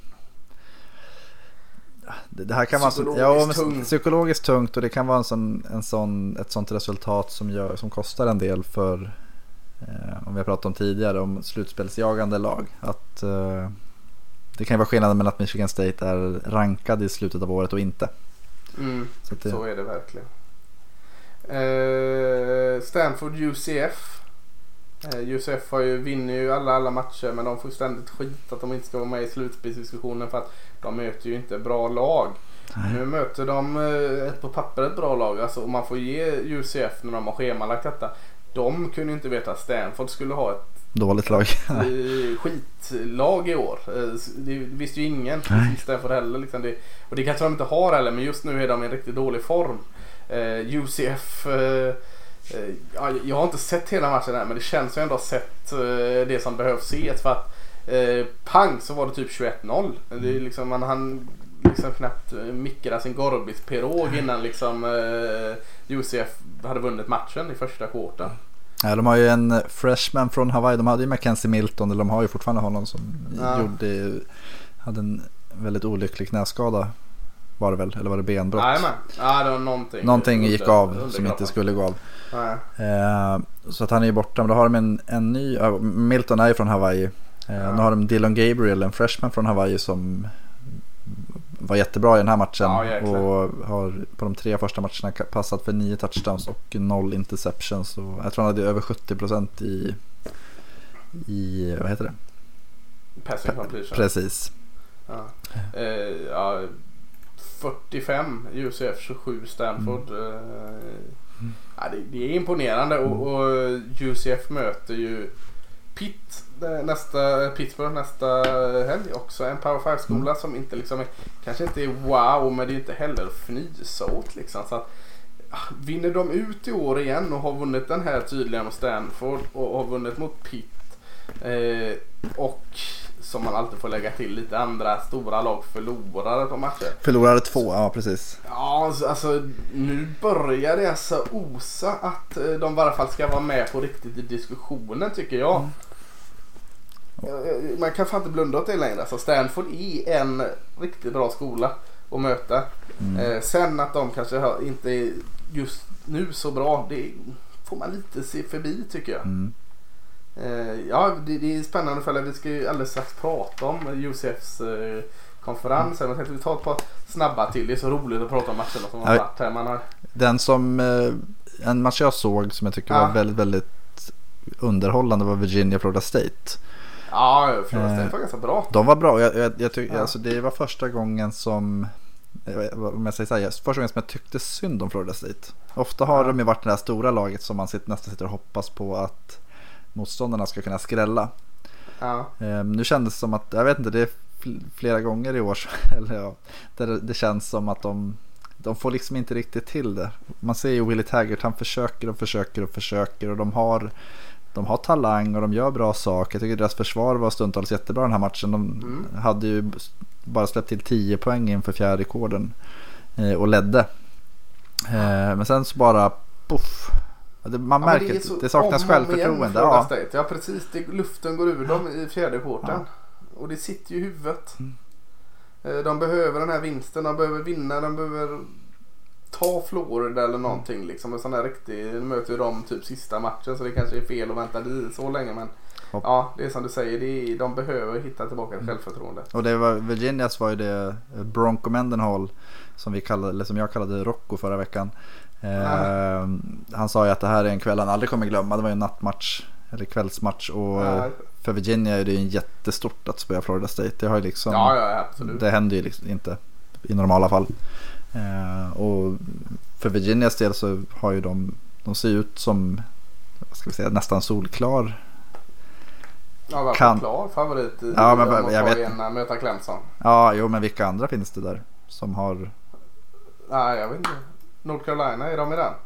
Det, det här kan vara så, ja, men tungt. psykologiskt tungt, och det kan vara en sån, en sån, ett sånt resultat som, gör, som kostar en del för eh, om vi har pratat om tidigare om slutspelsjagande lag, att eh, det kan ju vara skillnaden mellan att Michigan State är rankad i slutet av året och inte. Mm, så, att det, så är det verkligen. eh, Stanford U C F. U C F har ju, vinner ju alla, alla matcher, men de får ständigt skit att de inte ska vara med i slutspelsdiskussionen för att de möter ju inte bra lag. Nej. Nu möter de ett på papper ett bra lag, alltså, och man får ge U C F när de har schemalagt detta. De kunde ju inte veta att Stanford skulle ha ett dåligt lag. eh, skitlag i år. Eh, Det visste ju ingen. Nej. Stanford heller liksom det, och det kanske de inte har heller, men just nu är de i en riktigt dålig form. eh, U C F eh, Ja, jag har inte sett hela matchen här, men det känns som jag ändå har sett uh, det som behövs ses, för att uh, pang så var det typ tjugoett noll. Det är liksom, man han liksom knappt uh, mikra sin Gorbis-pirog innan liksom uh, U C F hade vunnit matchen i första kvarten. Ja, de har ju en freshman från Hawaii. De hade ju Mackenzie Milton, eller de har ju fortfarande honom som Ja. gjorde, hade en väldigt olycklig knäskada. Var det väl? Eller var det benbrott? Nej, men ja, det var någonting. Någonting gick under, av under som kroppen. inte skulle gå av. Nej. Eh, så att han är ju borta. Men då har de en, en ny. Uh, Milton är ju från Hawaii. Eh, Ja. Nu har de Dylan Gabriel, en freshman från Hawaii, som var jättebra i den här matchen. Ja, jäklar. och har på de tre första matcherna passat för nio touchdowns och noll interceptions. Och jag tror han hade över sjuttio procent i, i vad heter det? Passing completion. Precis. Ja. Eh, ja, fyrtiofem U C F, tjugosju Stanford. Mm. Eh, ja, det, det är imponerande, och, och U C F möter ju Pitt nästa, Pittsburgh nästa helg också. En Power five skola mm. som inte liksom är, kanske inte är wow, men det är inte heller fnysa åt liksom. Så att, vinner de ut i år igen och har vunnit den här tydligen mot Stanford och har vunnit mot Pitt, eh, och som man alltid får lägga till, lite andra stora lag förlorade på matcher. Förlorade två, ja precis. Ja, alltså, alltså nu börjar det alltså osa att eh, de i varje fall ska vara med på riktigt i diskussionen, tycker jag. Mm. Man kan fan inte blunda åt det längre. Alltså Stanford är en riktigt bra skola att möta. Mm. Eh, sen att de kanske har, inte är just nu så bra, det får man lite se förbi, tycker jag. Mm. Eh, ja, det, det är spännande, för vi ska ju alldeles strax prata om U C Fs eh, konferens. Men jag tänkte vi tar ett par snabba till. Det är så roligt att prata om matcherna som har varit här. Man har... Den som, en match jag såg som jag tycker ja. var väldigt, väldigt underhållande var Virginia Florida State. Ja, Florida State var ganska bra. De var bra. Jag, jag, jag tyck, ja. alltså, det var första gången som om jag säger så här, första gången som jag tyckte synd om Florida State. Ofta har ja. de ju varit det där stora laget som man sitter, nästan sitter och hoppas på att motståndarna ska kunna skrälla. Ja. Um, nu kändes det som att, jag vet inte, det är flera gånger i år eller ja, där det, det känns som att de de får liksom inte riktigt till det. Man ser ju Willie Taggart, han försöker och försöker och försöker och de har de har talang och de gör bra saker. Jag tycker deras försvar var stundtals jättebra den här matchen. De mm. hade ju bara släppt till tio poäng inför fjärde rekorden eh, och ledde. Eh, men sen så bara puff. Det, man ja, märker att det, det saknas självförtroende. Ja. ja, precis. Det, luften går ur dem i fjärde kvarten. Ja. Och det sitter ju i huvudet. Mm. De behöver den här vinsten, de behöver vinna, de behöver ta Florida eller någonting liksom. En sån här riktig, nu möter ju de typ sista matchen så det kanske är fel att vänta dit så länge, men Hopp. ja, det är som du säger, det är, de behöver hitta tillbaka ett självförtroende. Och det var, Virginias var ju det Bronco Mendenhall som vi kallade, eller som jag kallade Rocco förra veckan. Eh, han sa ju att det här är en kväll han aldrig kommer glömma, det var ju en nattmatch eller kvällsmatch och ja. För Virginia är det ju en jättestort att spela Florida State. Det har ju liksom, ja, ja, absolut. Det händer ju liksom inte i normala fall. Eh, och för Virginias del så har ju de, de ser ut som, vad ska vi säga, nästan solklar. Ja, varför kan... klar favorit i ja, men, jag vet en, möta Clemson. Ja, jo, men vilka andra finns det där som har? Ja, jag vet inte. North Carolina, är de i den?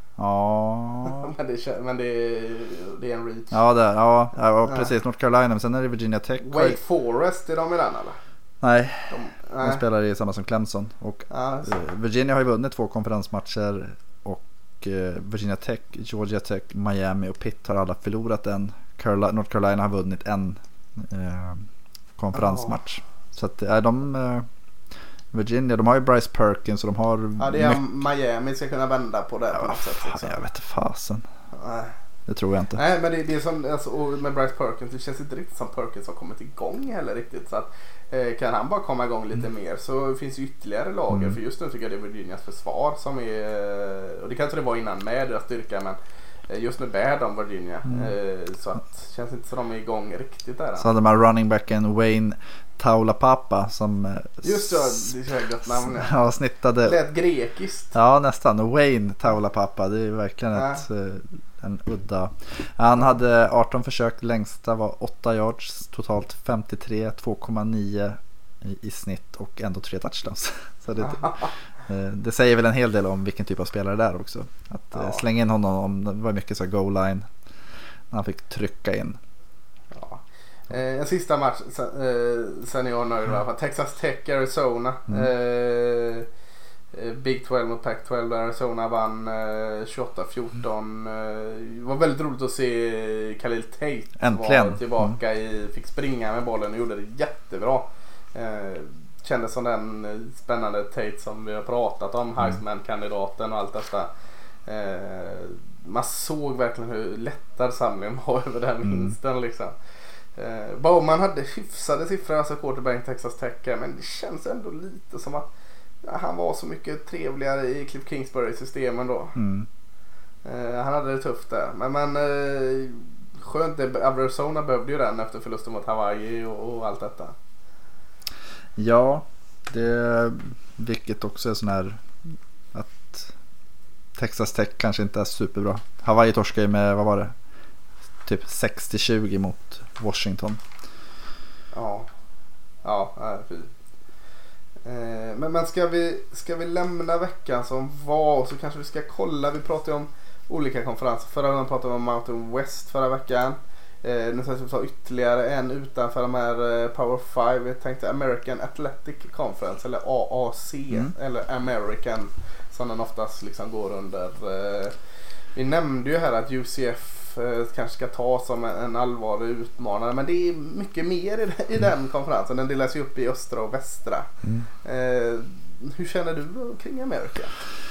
Ja. men det, men det, är, det är en reach. Ja, där, ja, ja, precis. North Carolina, men sen är det Virginia Tech. Wake Forest, är de i den eller? Nej, de, nej. de spelar i samma som Clemson. Och ja, Virginia har ju vunnit två konferensmatcher och Virginia Tech, Georgia Tech, Miami och Pitt har alla förlorat en. Carolina, North Carolina har vunnit en eh, konferensmatch. Ja. Så att är de eh, Virginia, de har ju Bryce Perkins och de har ja, det är mycket... Miami ska kunna vända på det ja, på något sätt. Liksom. Jag vet inte fasen. Nej. Det tror jag inte. Nej, men det, det är som alltså, och med Bryce Perkins, det känns inte riktigt som Perkins har kommit igång heller riktigt, så att eh, kan han bara komma igång lite mm. mer så finns ju ytterligare lager mm. för just nu tycker jag det är Virginias försvar som är, och det kanske det var innan med deras styrka, men just nu bär de Virginia mm. så att känns inte så de är igång riktigt där. Så hade man running backen Wayne Taulapapa som just det, det är gott namn. Ja, snittade. Lät grekiskt. Ja, nästan. Wayne Taulapapa, det är verkligen ja. ett en udda. Han hade arton försök, längsta var åtta yards, totalt femtiotre, två komma nio i, i snitt och ändå tre touchdowns. Så det det säger väl en hel del om vilken typ av spelare det är också. Att ja. slänga in honom, om det var mycket så goal line när han fick trycka in. Ja. Eh, en sista match sen, eh, sen jag nöjd mm. Texas Tech Arizona. Mm. Eh, Big tolv mot Pac tolv, Arizona vann eh, tjugoåtta fjorton. Eh, det var väldigt roligt att se Khalil Tate äntligen var tillbaka mm. i, fick springa med bollen och gjorde det jättebra. Eh, kändes som den spännande Tate som vi har pratat om, mm. Heisman-kandidaten och allt detta. Eh, man såg verkligen hur lättad samlingen var över den vinsten mm. liksom. Eh, Bowman hade hyfsade siffror, alltså quarterback Texas Tech, men det känns ändå lite som att ja, han var så mycket trevligare i Cliff Kingsbury-systemen då. Mm. Eh, han hade det tufft där. Men, men eh, skönt, Arizona behövde ju den efter förlusten mot Hawaii och, och allt detta. Ja, det, vilket också är sån här att Texas Tech kanske inte är superbra. Hawaii torskade ju med, vad var det? Typ sextio tjugo mot Washington. Ja, ja, äh, fy. Eh, men, men ska vi, ska vi lämna veckan som var och så kanske vi ska kolla, vi pratade om olika konferenser. Förra gången pratade vi om Mountain West förra veckan. Eh, nu ska vi ta ytterligare en utanför de här eh, Power five. Jag tänkte American Athletic Conference eller A A C mm. eller American som den oftast liksom går under. Eh, vi nämnde ju här att U C F eh, kanske ska ta som en, en allvarlig utmanare, men det är mycket mer i, i den konferensen. Den delas ju upp i östra och västra. Mm. Eh, hur känner du kring American?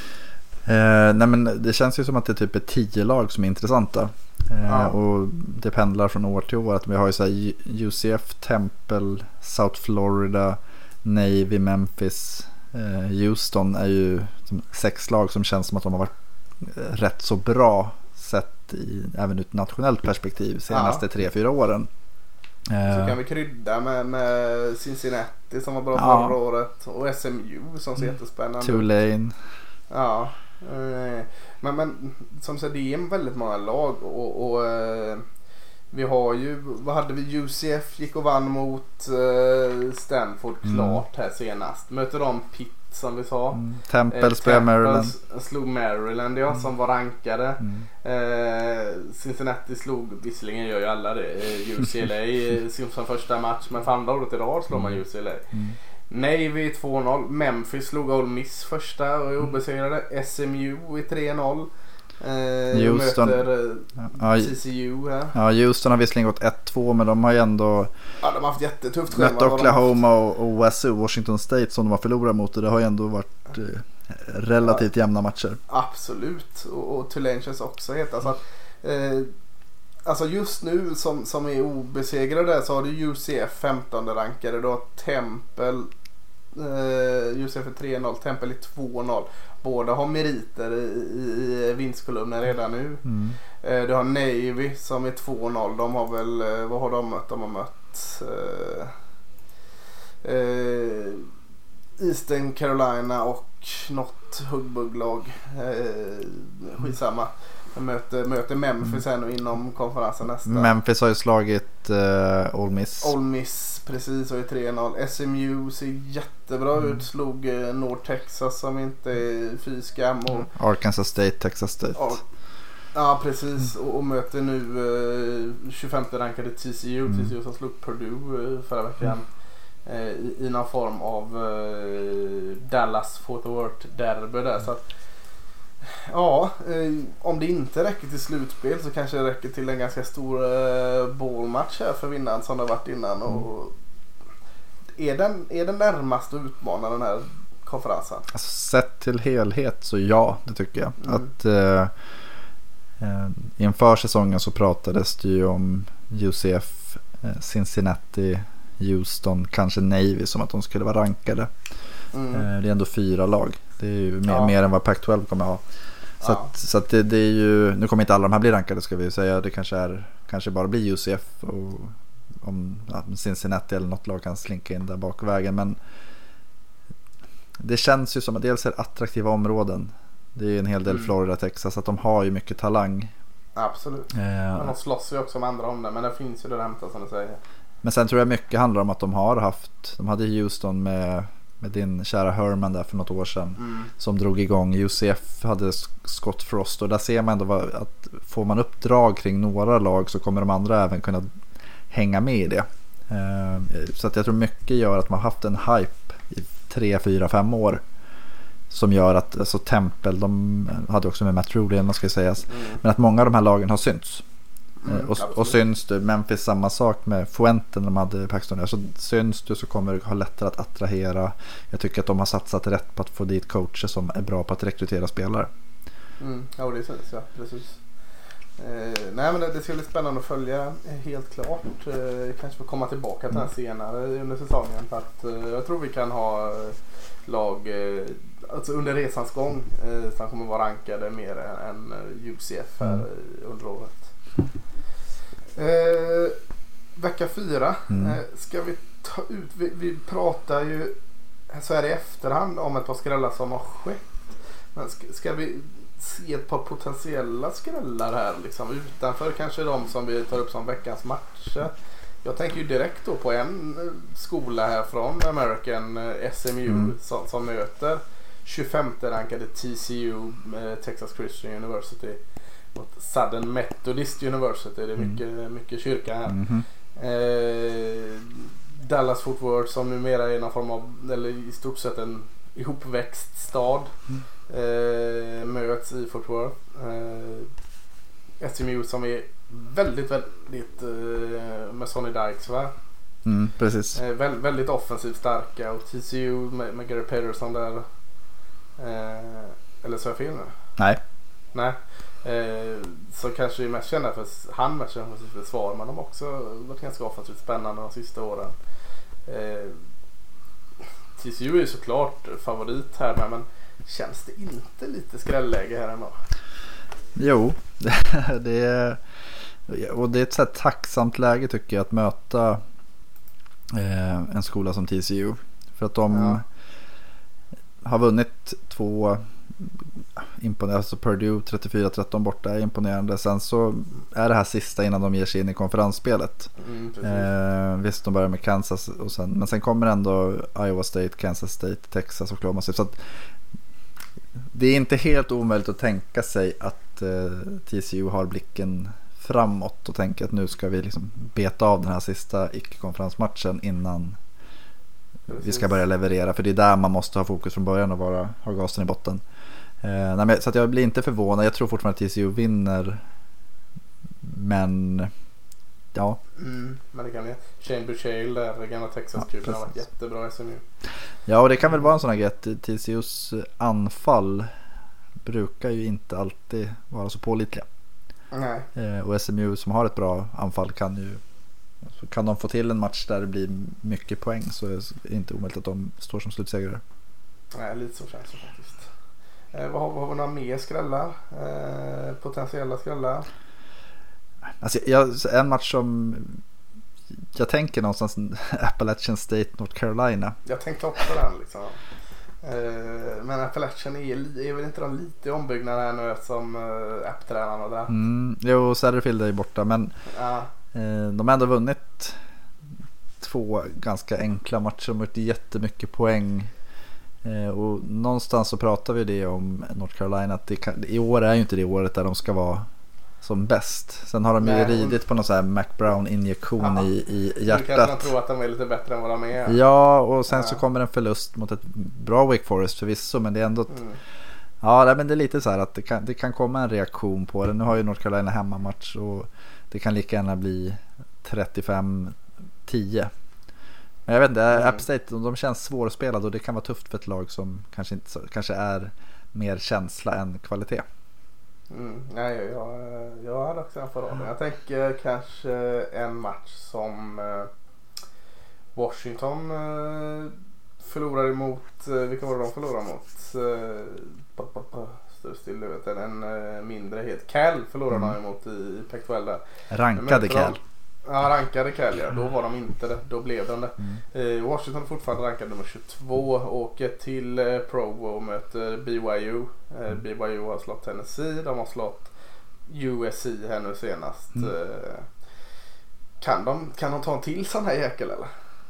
Eh, nej men det känns ju som att det typ är tio lag som är intressanta. Eh, ja. Och det pendlar från år till år. Att vi har ju så här U C F, Temple, South Florida, Navy, Memphis, eh, Houston är ju som sex lag som känns som att de har varit rätt så bra sett i även ur ett nationellt perspektiv senaste tre fyra åren. Så kan vi krydda med, med Cincinnati som var bra ja. förra året och S M U som ser jättespännande. Tulane. Ja. Men, men som sagt, det är väldigt många lag och, och vi har ju, vad hade vi, U C F gick och vann mot Stanford klart här senast. Möter de Pitt som vi sa. Mm. Temple spelar eh, Maryland. Slog Maryland ja, mm. som var rankade. Mm. Eh, Cincinnati slog, visserligen gör ju alla det, eh, U C L A som första match, men för andra året i rad slår man U C L A. Mm. Navy två noll, Memphis slog Ole Miss första och är obesegrade. S M U i tre noll. Eh, Houston möter ja, T C U här. Ja, Houston har visserligen gått ett två, men de har ju ändå ja, de har haft jättetufft schema. Mött Oklahoma och, och W S U, Washington State, som de har förlorat mot, och det har ju ändå varit eh, relativt ja, jämna matcher. Absolut, och, och Tulane känns också heta. Så att, eh, alltså just nu som, som är obesegrade så har du U C F femtonde rankade, då Temple Uh, U C F är tre noll, Temple är två noll. Båda har meriter i, i, i vinstkolumnen redan nu. Mm. Uh, du har Navy som är två noll. De har väl, uh, vad har de mött? De har mött uh, uh, Eastern Carolina och något huggbugglag. Uh, skitsamma. Möter, möter Memphis mm. ännu inom konferensen nästa. Memphis har ju slagit uh, Ole Miss. Ole Miss, precis, och i tre noll. S M U ser jättebra mm. ut. Slog uh, North Texas som inte är fy skam. Och, mm. Arkansas State, Texas State. Och, ja, precis. Mm. Och, och möter nu uh, tjugofemte rankade T C U. Mm. T C U som slog Purdue uh, förra veckan. Mm. Uh, i, I någon form av uh, Dallas Fort Worth derby där. Så att ja, eh, om det inte räcker till slutspel så kanske det räcker till en ganska stor eh, ballmatch här för vinnaren som det har varit innan. Och är den, är den närmast att utmana den här konferensen? Alltså, sett till helhet så ja, det tycker jag. Mm. Att eh, eh, inför säsongen så pratades det ju om U C F, eh, Cincinnati, Houston, kanske Navy som att de skulle vara rankade. Mm. Eh, det är ändå fyra lag. Det är ju mer, ja. mer än vad Pac tolv kommer ha. Så, ja. att, så att det, det är ju, nu kommer inte alla de här bli rankade, ska vi säga. Det kanske, är, kanske bara blir U C F och om ja, Cincinnati eller något lag kan slinka in där bakvägen. Men det känns ju som att dels är attraktiva områden. Det är ju en hel del mm. Florida, Texas, att de har ju mycket talang. Absolut. Eh, men de slåss ju också med andra om det, men det finns ju det att hämta som du säger. Men sen tror jag mycket handlar om att de har haft, de hade Houston med med din kära Herman där för något år sedan mm. som drog igång. U C F hade Scott Frost, och där ser man ändå att får man uppdrag kring några lag så kommer de andra även kunna hänga med i det. Så att jag tror mycket gör att man har haft en hype i tre, fyra, fem år som gör att alltså Temple, de hade också med Matt Rule, man ska sägas, mm. men att många av de här lagen har synts. Mm, och, och syns du, Memphis samma sak med Fuente när de hade Paxton där, så syns du så kommer du ha lättare att attrahera. Jag tycker att de har satsat rätt på att få dit coacher som är bra på att rekrytera spelare. Mm, ja, det syns, ja, precis. Eh, nej, men det, det ska bli spännande att följa, helt klart. Eh, kanske får komma tillbaka till den senare under säsongen, för att eh, jag tror vi kan ha lag eh, alltså under resans gång eh, som kommer vara rankade mer än U C F här mm. under året. Eh, vecka fyra mm. eh, ska vi ta ut, vi, vi pratar ju så här i efterhand om ett par skrällar som har skett, men ska, ska vi se ett par potentiella skrällar här liksom, utanför kanske de som vi tar upp som veckans matcher. Jag tänker ju direkt då på en skola här från American, S M U, mm. som, som möter tjugofemte rankade T C U, eh, Texas Christian University mot Southern Methodist University. Det är mycket, mm. mycket kyrka här. Mm-hmm. Eh, Dallas Fort Worth som numera är någon form av, eller i stort sett en ihopväxt stad, mm. eh, möts i Fort Worth. Eh, S M U som är väldigt, väldigt eh, med Sonny Dykes, va? Mm, precis. Eh, vä- väldigt offensivt starka, och T C U med, med Gary Patterson där. Eh, eller så är jag fel nu? Nej. Nej. Eh, så kanske är mest kända för han mest kända för sitt försvar, men de har också varit ganska offensivt spännande de sista åren. Eh, T C U är såklart favorit här med, men känns det inte lite skrälläge här ändå? Jo, det är, och det är ett så här tacksamt läge tycker jag att möta eh, en skola som T C U. För att de ja. har vunnit två imponerande, alltså Purdue trettiofyra tretton borta är imponerande. Sen så är det här sista innan de ger sig in i konferensspelet. Mm, eh, visst, de börjar med Kansas och sen, men sen kommer ändå Iowa State, Kansas State, Texas och Oklahoma State. Så att det är inte helt omöjligt att tänka sig att eh, T C U har blicken framåt och tänker att nu ska vi liksom beta av den här sista icke-konferensmatchen innan Precis. vi ska börja leverera. För det är där man måste ha fokus från början och vara, ha gasen i botten. Eh, nej, men, så att jag blir inte förvånad. Jag tror fortfarande att T C U vinner. Men ja. Mm, men det kan vi. Shane Buechele där, gamla Texas-kuben, ja, har varit jättebra i S M U. Ja, och det kan väl vara en sån här grej att T C U:s anfall brukar ju inte alltid vara så pålitliga. Nej. Eh, och S M U som har ett bra anfall kan ju, alltså kan de få till en match där det blir mycket poäng så är det inte omöjligt att de står som slutsegrare. Nej, lite så känns det faktiskt. Eh, vad, har, vad har vi några mer skrällar? Eh, potentiella skrällar? Alltså, jag, en match som jag tänker någonstans Appalachian State, North Carolina. Jag tänkte också den liksom. Uh, men Appalachian är, är väl inte de lite i ombyggnad här nu som uh, app-tränaren och det där. Mm, jo, Satterfield är ju borta, men uh. uh, de har ändå vunnit två ganska enkla matcher. De har gjort jättemycket poäng. Uh, och någonstans så pratar vi det om North Carolina att det kan, i år är ju inte det året där de ska vara som bäst. Sen har de ju ridit på någon sån här Mac Brown injektion i, i hjärtat. Du kanske tror att de är lite bättre än vad de är. Ja, och sen ja. så kommer en förlust mot ett bra Wake Forest förvisso, men det är ändå ett, mm. ja, men det är lite så här att det kan, det kan komma en reaktion på det. Nu har ju North Carolina hemmamatch och det kan lika gärna bli trettiofem tio. Men jag vet inte, mm. App State, de känns svårspelade och det kan vara tufft för ett lag som kanske, inte, kanske är mer känsla än kvalitet. Mm, nej, jag, jag hade också en på raden. Jag tänker kanske en match som eh, Washington eh, förlorar emot. Eh, vilka var det de förlorar mot? Eh, Står still, vet jag, en eh, mindre het. Cal förlorar mm. de emot i Pac tolv där. Rankade Cal. Ja, rankade Cal, ja. Då var de inte det. Då blev de det. Mm. Eh, Washington fortfarande rankad nummer tjugotvå. Åker till eh, Provo och möter B Y U. Eh, B Y U har slått Tennessee. De har slått U S C här nu senast. Mm. Eh, kan, de, kan de ta en till sån här jäkel eller?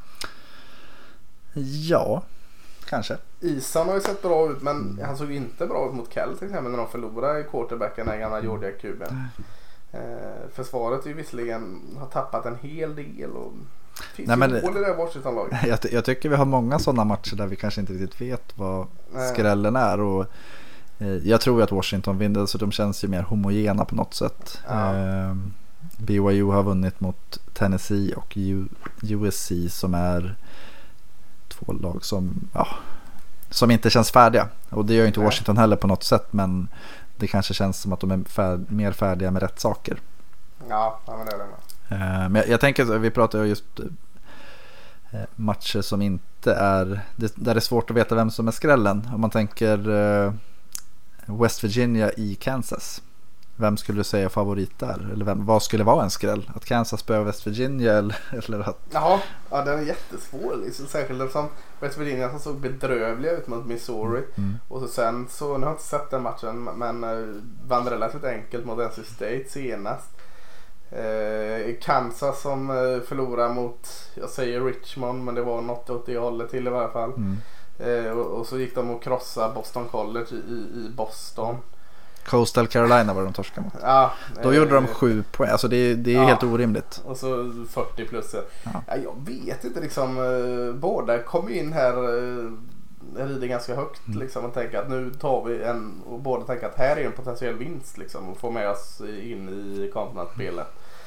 Ja, kanske. Isan har ju sett bra ut, men mm. han såg inte bra ut mot Cal till exempel när de förlorade i quarterbacken, den gamla Georgia-kuben. Mm. Eh, försvaret är ju visserligen har tappat en hel del och finns Nej, ju hål i det Washington-laget. Jag, jag tycker vi har många sådana matcher där vi kanske inte riktigt vet vad Nej. skrällen är och eh, jag tror att Washington vinner så de känns ju mer homogena på något sätt. Ja. Eh, B Y U har vunnit mot Tennessee och U- U S C som är två lag som ja, som inte känns färdiga och det gör ju inte Nej. Washington heller på något sätt, men det kanske känns som att de är färd- mer färdiga med rätt saker. Ja, men det är det. Uh, men jag, jag tänker att vi pratar ju just uh, matcher som inte är det, där det är svårt att veta vem som är skrällen. Om man tänker uh, West Virginia i Kansas. Vem skulle du säga favorit där? Eller vem, vad skulle vara en skräll? Att Kansas spöar West Virginia eller, eller att... Jaha, ja, den är jättesvår liksom. Särskilt som West Virginia som såg bedrövliga ut mot Missouri. Mm. Och så sen så, nu har jag inte sett den matchen, men uh, vann relativt enkelt mot N C State senast. Uh, Kansas som uh, förlorar mot, jag säger Richmond, men det var något åt det hållet till i varje fall. Mm. Uh, och, och så gick de och krossa Boston College i, i Boston. Coastal Carolina var de torskade mot. Ja, Då eh, gjorde de sju poäng. Alltså det, det är ja, helt orimligt. Och så fyrtio plus. Ja. Ja, jag vet inte liksom. Eh, båda kom in här eh, rider ganska högt mm. liksom, och tänker att nu tar vi en och båda tänker att här är en potentiell vinst liksom och få med oss in i kontinentspelet.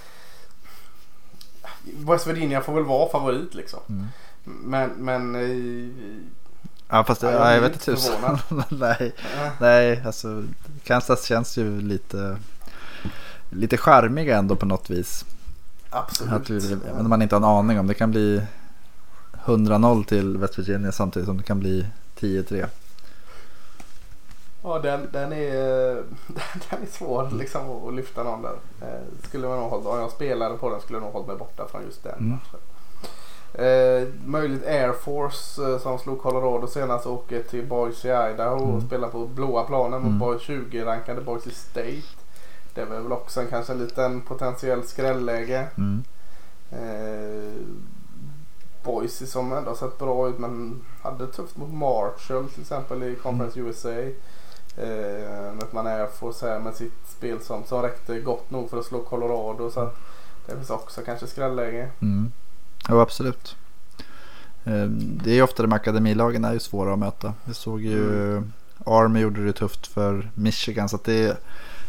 West Virginia får väl vara favorit liksom. Mm. Men men eh, Ja, fast det, ja, jag vet inte tusen. nej, äh. nej, alltså Kansas känns ju lite lite charmiga ändå på något vis. Absolut. Att vi, men man inte har en aning om det kan bli hundra noll till West Virginia samtidigt som det kan bli tio tre. Ja, den, den, är, den är svår liksom att lyfta någon där. Skulle man nog hålla, om jag spelade på den skulle jag nog hålla mig borta från just den Mm. matchen. Eh, möjligt Air Force eh, som slog Colorado senast åker till Boise, Idaho och Mm. spelar på blåa planen mot Mm. Boise tjugo-rankade Boise State. Det är väl också en, kanske en liten potentiell skrällläge. Mm. Eh, Boise som ändå har sett bra ut men hade tufft mot Marshall till exempel i Conference U S A. Eh, mötte man Air Force här med sitt spel som, som räckte gott nog för att slå Colorado, så att det finns också kanske skrällläge. Mm. Ja, absolut. Eh, Det är ju ofta de akademilagen är ju svåra att möta. Vi såg ju Mm. Army gjorde det tufft för Michigan, så att det är,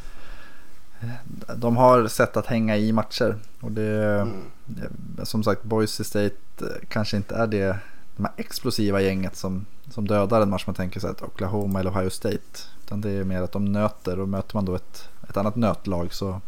de har sätt att hänga i matcher och det Mm. som sagt Boise State kanske inte är det de här explosiva gänget som, som dödar en match man tänker sig att Oklahoma eller Ohio State, utan det är mer att de nöter, och möter man då ett, ett annat nötlag så,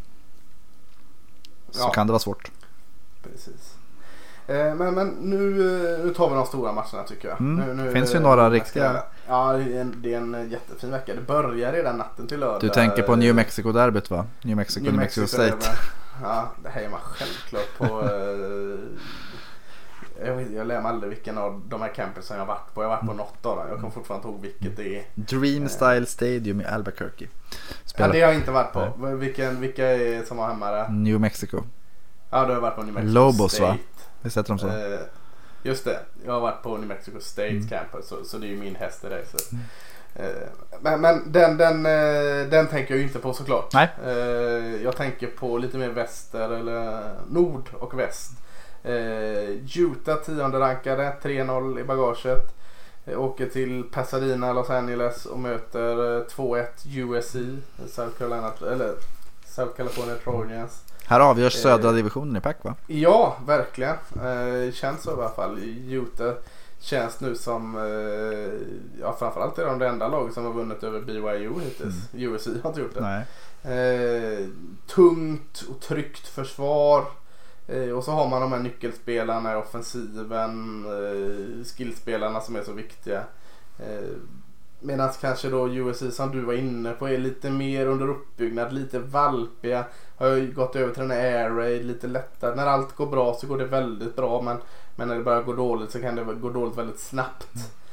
så Ja. kan det vara svårt. Precis. Eh, men, men nu, nu tar vi de stora matcherna tycker jag. Mm. Nu, nu, Finns ju några jag riktiga- ska- Ja, det är, en, det är en jättefin vecka. Det börjar redan natten till lördag. Du tänker på New Mexico-derbyt va? New Mexico, New, Mexico, State. men- Ja, det här är man självklart på. eh, jag, vet, jag lär mig aldrig vilken av de här campus jag har varit på. Jag har varit på något av dem. Jag kommer fortfarande ihåg vilket det är. Dream Style Stadium i Albuquerque. Ja, Spelar det har jag inte varit på. Vilken, vilka är som har hemma där? New Mexico. Ja, du har varit på New Mexico Lobos, State. va? Visst heter de så? Eh, just det, jag har varit på New Mexico State Mm. campus, så, så det är ju min häst i det. Så. Eh, men men den, den, eh, den tänker jag ju inte på såklart. Nej. Eh, jag tänker på lite mer väster eller nord och väst. Eh, Utah tionde rankade, tre noll i bagaget. Eh, åker till Pasadena, Los Angeles och möter eh, två ett U S C, South Carolina, eller South California Trojans. Här avgörs Eh, södra divisionen i Pac va? Ja, verkligen. Eh, känns så i alla fall. Utah känns nu som, eh, ja framförallt är de det enda laget som har vunnit över B Y U hittills. U S C har inte gjort det. Nej. Eh, tungt och tryggt försvar. Eh, och så har man de här nyckelspelarna i offensiven, eh, skillspelarna som är så viktiga. Eh, Medan kanske då U S C som du var inne på är lite mer under uppbyggnad, lite valpiga. Har ju gått över till den här air raid, lite lättare. När allt går bra så går det väldigt bra, men, men när det börjar gå dåligt så kan det gå dåligt väldigt snabbt.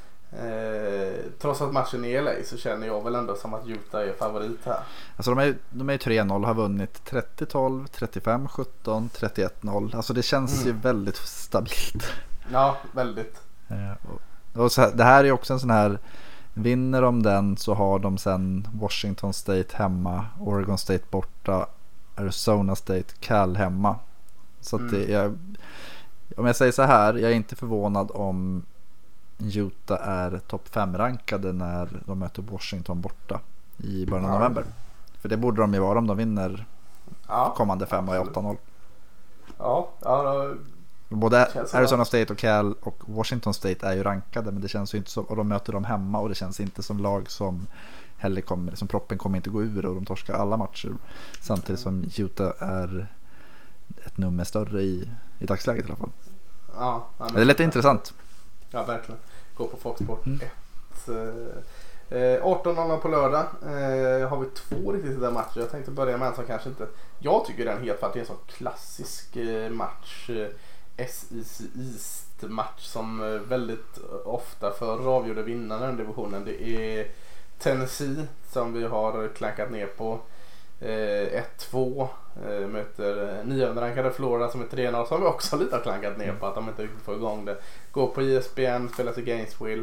Eh, trots att matchen är i L A så känner jag väl ändå som att Utah är favorit här. Alltså de är ju de är ju tre noll och har vunnit trettio tolv, trettiofem sjutton, trettioett noll. Alltså det känns Mm. ju väldigt stabilt. Ja, väldigt. Eh, och, och så här, det här är också en sån här, vinner de den så har de sen Washington State hemma, Oregon State borta, Arizona State, Cal hemma. Så att det är, om jag säger så här, jag är inte förvånad om Utah är topp fem rankade när de möter Washington borta i början av Ja. november. För det borde de ju vara om de vinner Ja, kommande fem och absolut. åtta noll. Ja, ja då, Både Känns så Arizona bra. State och Cal och Washington State är ju rankade, men det känns ju inte så, och de möter dem hemma och det känns inte som lag som heller kommer, som proppen kommer inte gå ur och de torskar alla matcher, samtidigt som Utah är ett nummer större i, i dagsläget i alla fall. ja, ja, Det är lite intressant. Ja, verkligen. Gå på Fox Sport Mm. ett. Eh, arton noll på lördag. Eh, har vi två riktigt där matcher. Jag tänkte börja med en som kanske inte... Jag tycker den helt för att det är en sån klassisk eh, match. Eh, S E C East match som eh, väldigt ofta för avgjorde vinnaren i den divisionen. Det är Tennessee som vi har klankat ner på. Eh, ett två eh, möter nionde-rankade Florida som är tre noll, som vi också lite har klankat ner på att de inte riktigt får igång det. Går på E S P N, spelas i Gainesville.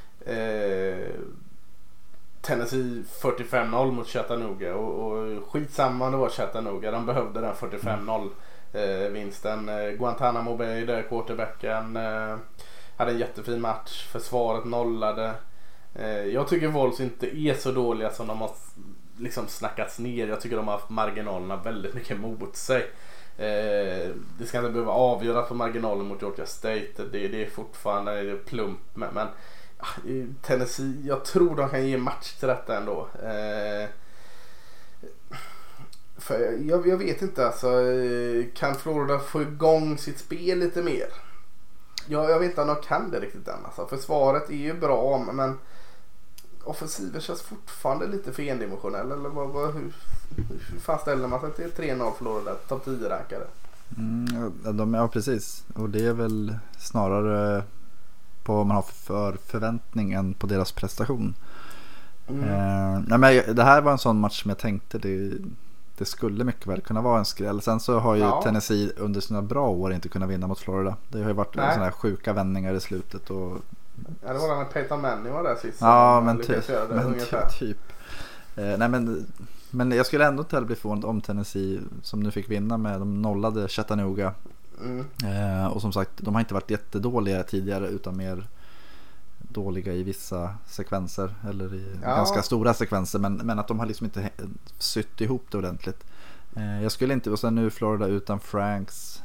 eh, Tennessee fyrtiofem noll mot Chattanooga och, och skitsamma om det var Chattanooga, de behövde den fyrtiofem noll eh, vinsten. eh, Guantanamo Bay där quarterbacken eh, hade en jättefin match, försvaret nollade. eh, jag tycker Vols inte är så dåliga som de har liksom snackats ner. Jag tycker de har haft marginalerna väldigt mycket mot sig. Eh, det ska inte behöva avgöras på marginalen mot Georgia State. Det, det är fortfarande plump, men, men Tennessee, jag tror de kan ge match till detta ändå. Eh, för jag, jag vet inte alltså, kan Florida få igång sitt spel lite mer? Ja, jag vet inte om de kan det riktigt än. Alltså. Försvaret är ju bra, men offensiven känns fortfarande lite för endimensionell. Eller vad, vad, hur, hur fan ställer man sig till tre noll förlorade topp tio-rankare? Mm, ja, de, ja, precis. Och det är väl snarare på vad man har för förväntning än på deras prestation. Mm. Eh, nej, men det här var en sån match som jag tänkte det, det skulle mycket väl kunna vara en skräll. Sen så har ju ja. Tennessee under sina bra år inte kunnat vinna mot Florida. Det har ju varit sådana här sjuka vändningar i slutet. Och... Ja, det var när Peyton Manning var där sist. Ja, men, ty- men ty- typ. Eh, nej, men, men jag skulle ändå inte bli förvånad om Tennessee som nu fick vinna med de nollade Chattanooga. Mm. Eh, och som sagt, de har inte varit jättedåliga tidigare utan mer dåliga i vissa sekvenser eller i ja. ganska stora sekvenser, men, men att de har liksom inte sytt ihop det ordentligt. Eh, jag skulle inte, och sen nu Florida utan Franks.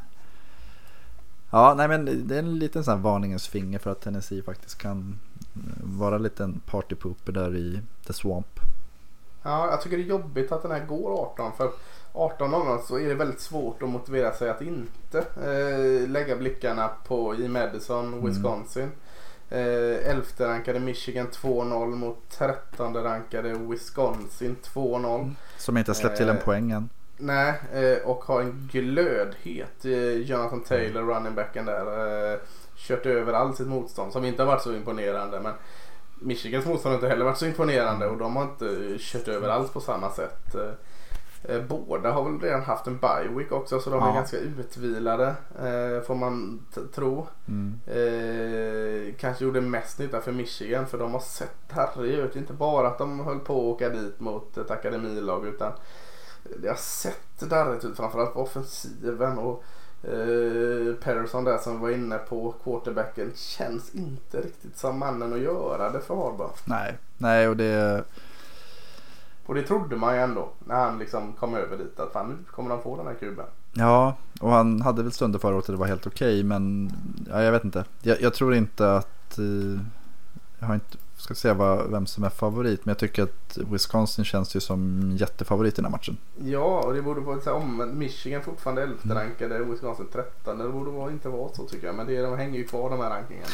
Ja, nej, men det är en liten sån här varningens finger för att Tennessee faktiskt kan vara en liten partypooper där i The Swamp. Ja, jag tycker det är jobbigt att den här går arton, för arton noll så är det väldigt svårt att motivera sig att inte eh, lägga blickarna på i Madison, Wisconsin. Mm. Eh, elfte rankade Michigan två noll mot trettonde rankade Wisconsin två noll. Mm. Som inte släppt till en eh, poängen. Nej, eh, och har en glödhet eh, Jonathan Taylor, runningbacken där, eh, kört över all sitt motstånd som inte har varit så imponerande, men Michigans motstånd har inte heller varit så imponerande och de har inte kört över alls på samma sätt. Eh, båda har väl redan haft en bye week också, så de ja. är ganska utvilade, eh, får man t- tro. Mm. Eh, kanske gjorde mest nytta för Michigan, för de har sett herregud, inte bara att de höll på att åka dit mot ett akademilag, utan det har sett darrigt ut framförallt på offensiven, och eh, Patterson där som var inne på quarterbacken känns inte riktigt som mannen att göra det för Harbaugh. Nej, nej och det och det trodde man ju ändå när han liksom kom över dit, att fan, nu kommer han få den här kuben. Ja, och han hade väl stunder förra året att det var helt okej, okay, men ja, jag vet inte. Jag, jag tror inte att eh, jag har inte ska säga vad, vem som är favorit, men jag tycker att Wisconsin känns ju som jättefavorit i den här matchen. Ja, och det borde vara så om Michigan fortfarande elfte rankade, Wisconsin tretton, det borde vara, inte vara så tycker jag, men det, de hänger ju kvar de här rankingarna.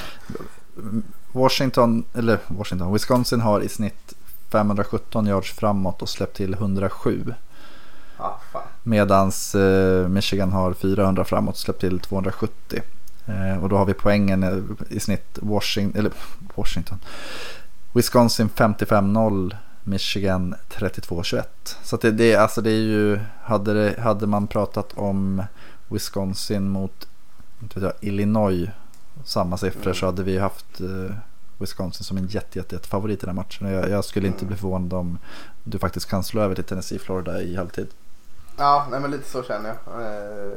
Washington, eller Washington, Wisconsin har i snitt femhundrasjutton yards framåt och släppt till hundrasju. Ah, fan. Medans eh, Michigan har fyrahundra framåt och släppt till tvåhundrasjuttio. Eh, och då har vi poängen i snitt Washington, eller Washington. Wisconsin femtiofem noll, Michigan trettiotvå tjugoett. Så att det, det, alltså det är ju, hade, det, hade man pratat om Wisconsin mot inte vet jag, Illinois, samma siffror, mm. så hade vi haft eh, Wisconsin som en jätte, jätte, jätte favorit i den här matchen. Jag, jag skulle inte bli förvånad om du faktiskt kan slå över till Tennessee, Florida i halvtid. Ja, nej, men lite så känner jag. Eh,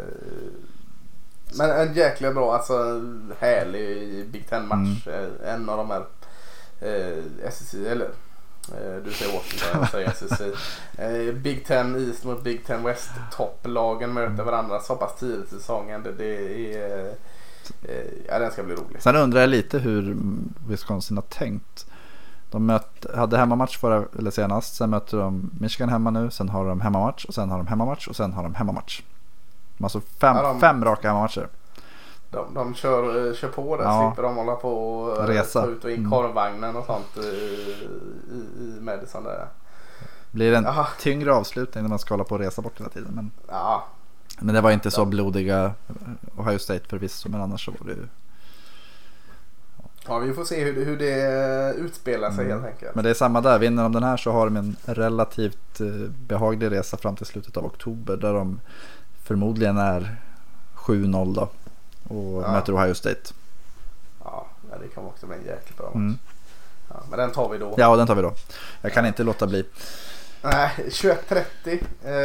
men en jäkla bra, alltså härlig Big Ten-match. Mm. En av de här eh, S E C, eller eh, du säger Washington, jag säger S E C. Eh, Big Ten East mot Big Ten West. Topplagen möter varandra så pass tidigt i säsongen. Det, det är... Eh, ja, den ska bli rolig. Sen undrar jag lite hur Wisconsin har tänkt. De möt, hade hemmamatch förra, eller senast. Sen möter de Michigan hemma nu. Sen har de hemmamatch. Och sen har de hemmamatch. Och sen har de hemmamatch. De har alltså fem, ja, de, fem raka hemmamatcher. De, de kör, kör på det. Ja. Slipper de hålla på och resa. Ta ut och in korvvagnen och sånt i, i, i Madison där. Blir det en Aha. tyngre avslutning när man ska hålla på och resa bort hela tiden. Men, ja. men det var inte så blodiga Ohio State förvisso. Men annars så var det ju... Ja, vi får se hur det, hur det utspelar sig mm. helt enkelt. Men det är samma där. Vinner de den här så har de en relativt behaglig resa fram till slutet av oktober. Där de förmodligen är sju noll då. Och ja. möter Ohio State. Ja, det kan också bli en jäkla bra match. Mm. Ja, men den tar vi då. Ja, den tar vi då. Jag kan ja. inte låta bli. Nej, tjugoett trettio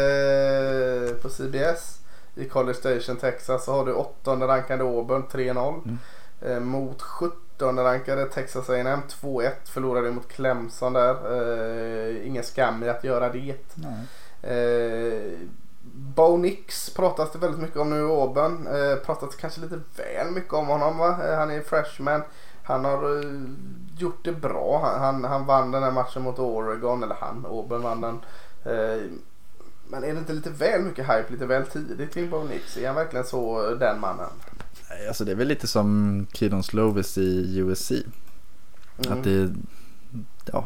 eh, på C B S i College Station, Texas. Så har du åttonde rankade Auburn tre noll mm. eh, mot sjuttonde rankade Texas A and M två ett. Förlorade mot Clemson där. Eh, ingen skam i att göra det. Nej. Eh, Bo Nix pratas det väldigt mycket om nu i Auburn. Eh, pratas kanske lite väl mycket om honom, va? Eh, han är freshman. Han har uh, gjort det bra. Han, han, han vann den här matchen mot Oregon. Eller han, Auburn vann den. Eh, men är det inte lite väl mycket hype, lite väl tidigt kring Bo Nix? Är han verkligen så den mannen? Alltså det är väl lite som Keelan Slovis i U S C. Mm. Att det, ja,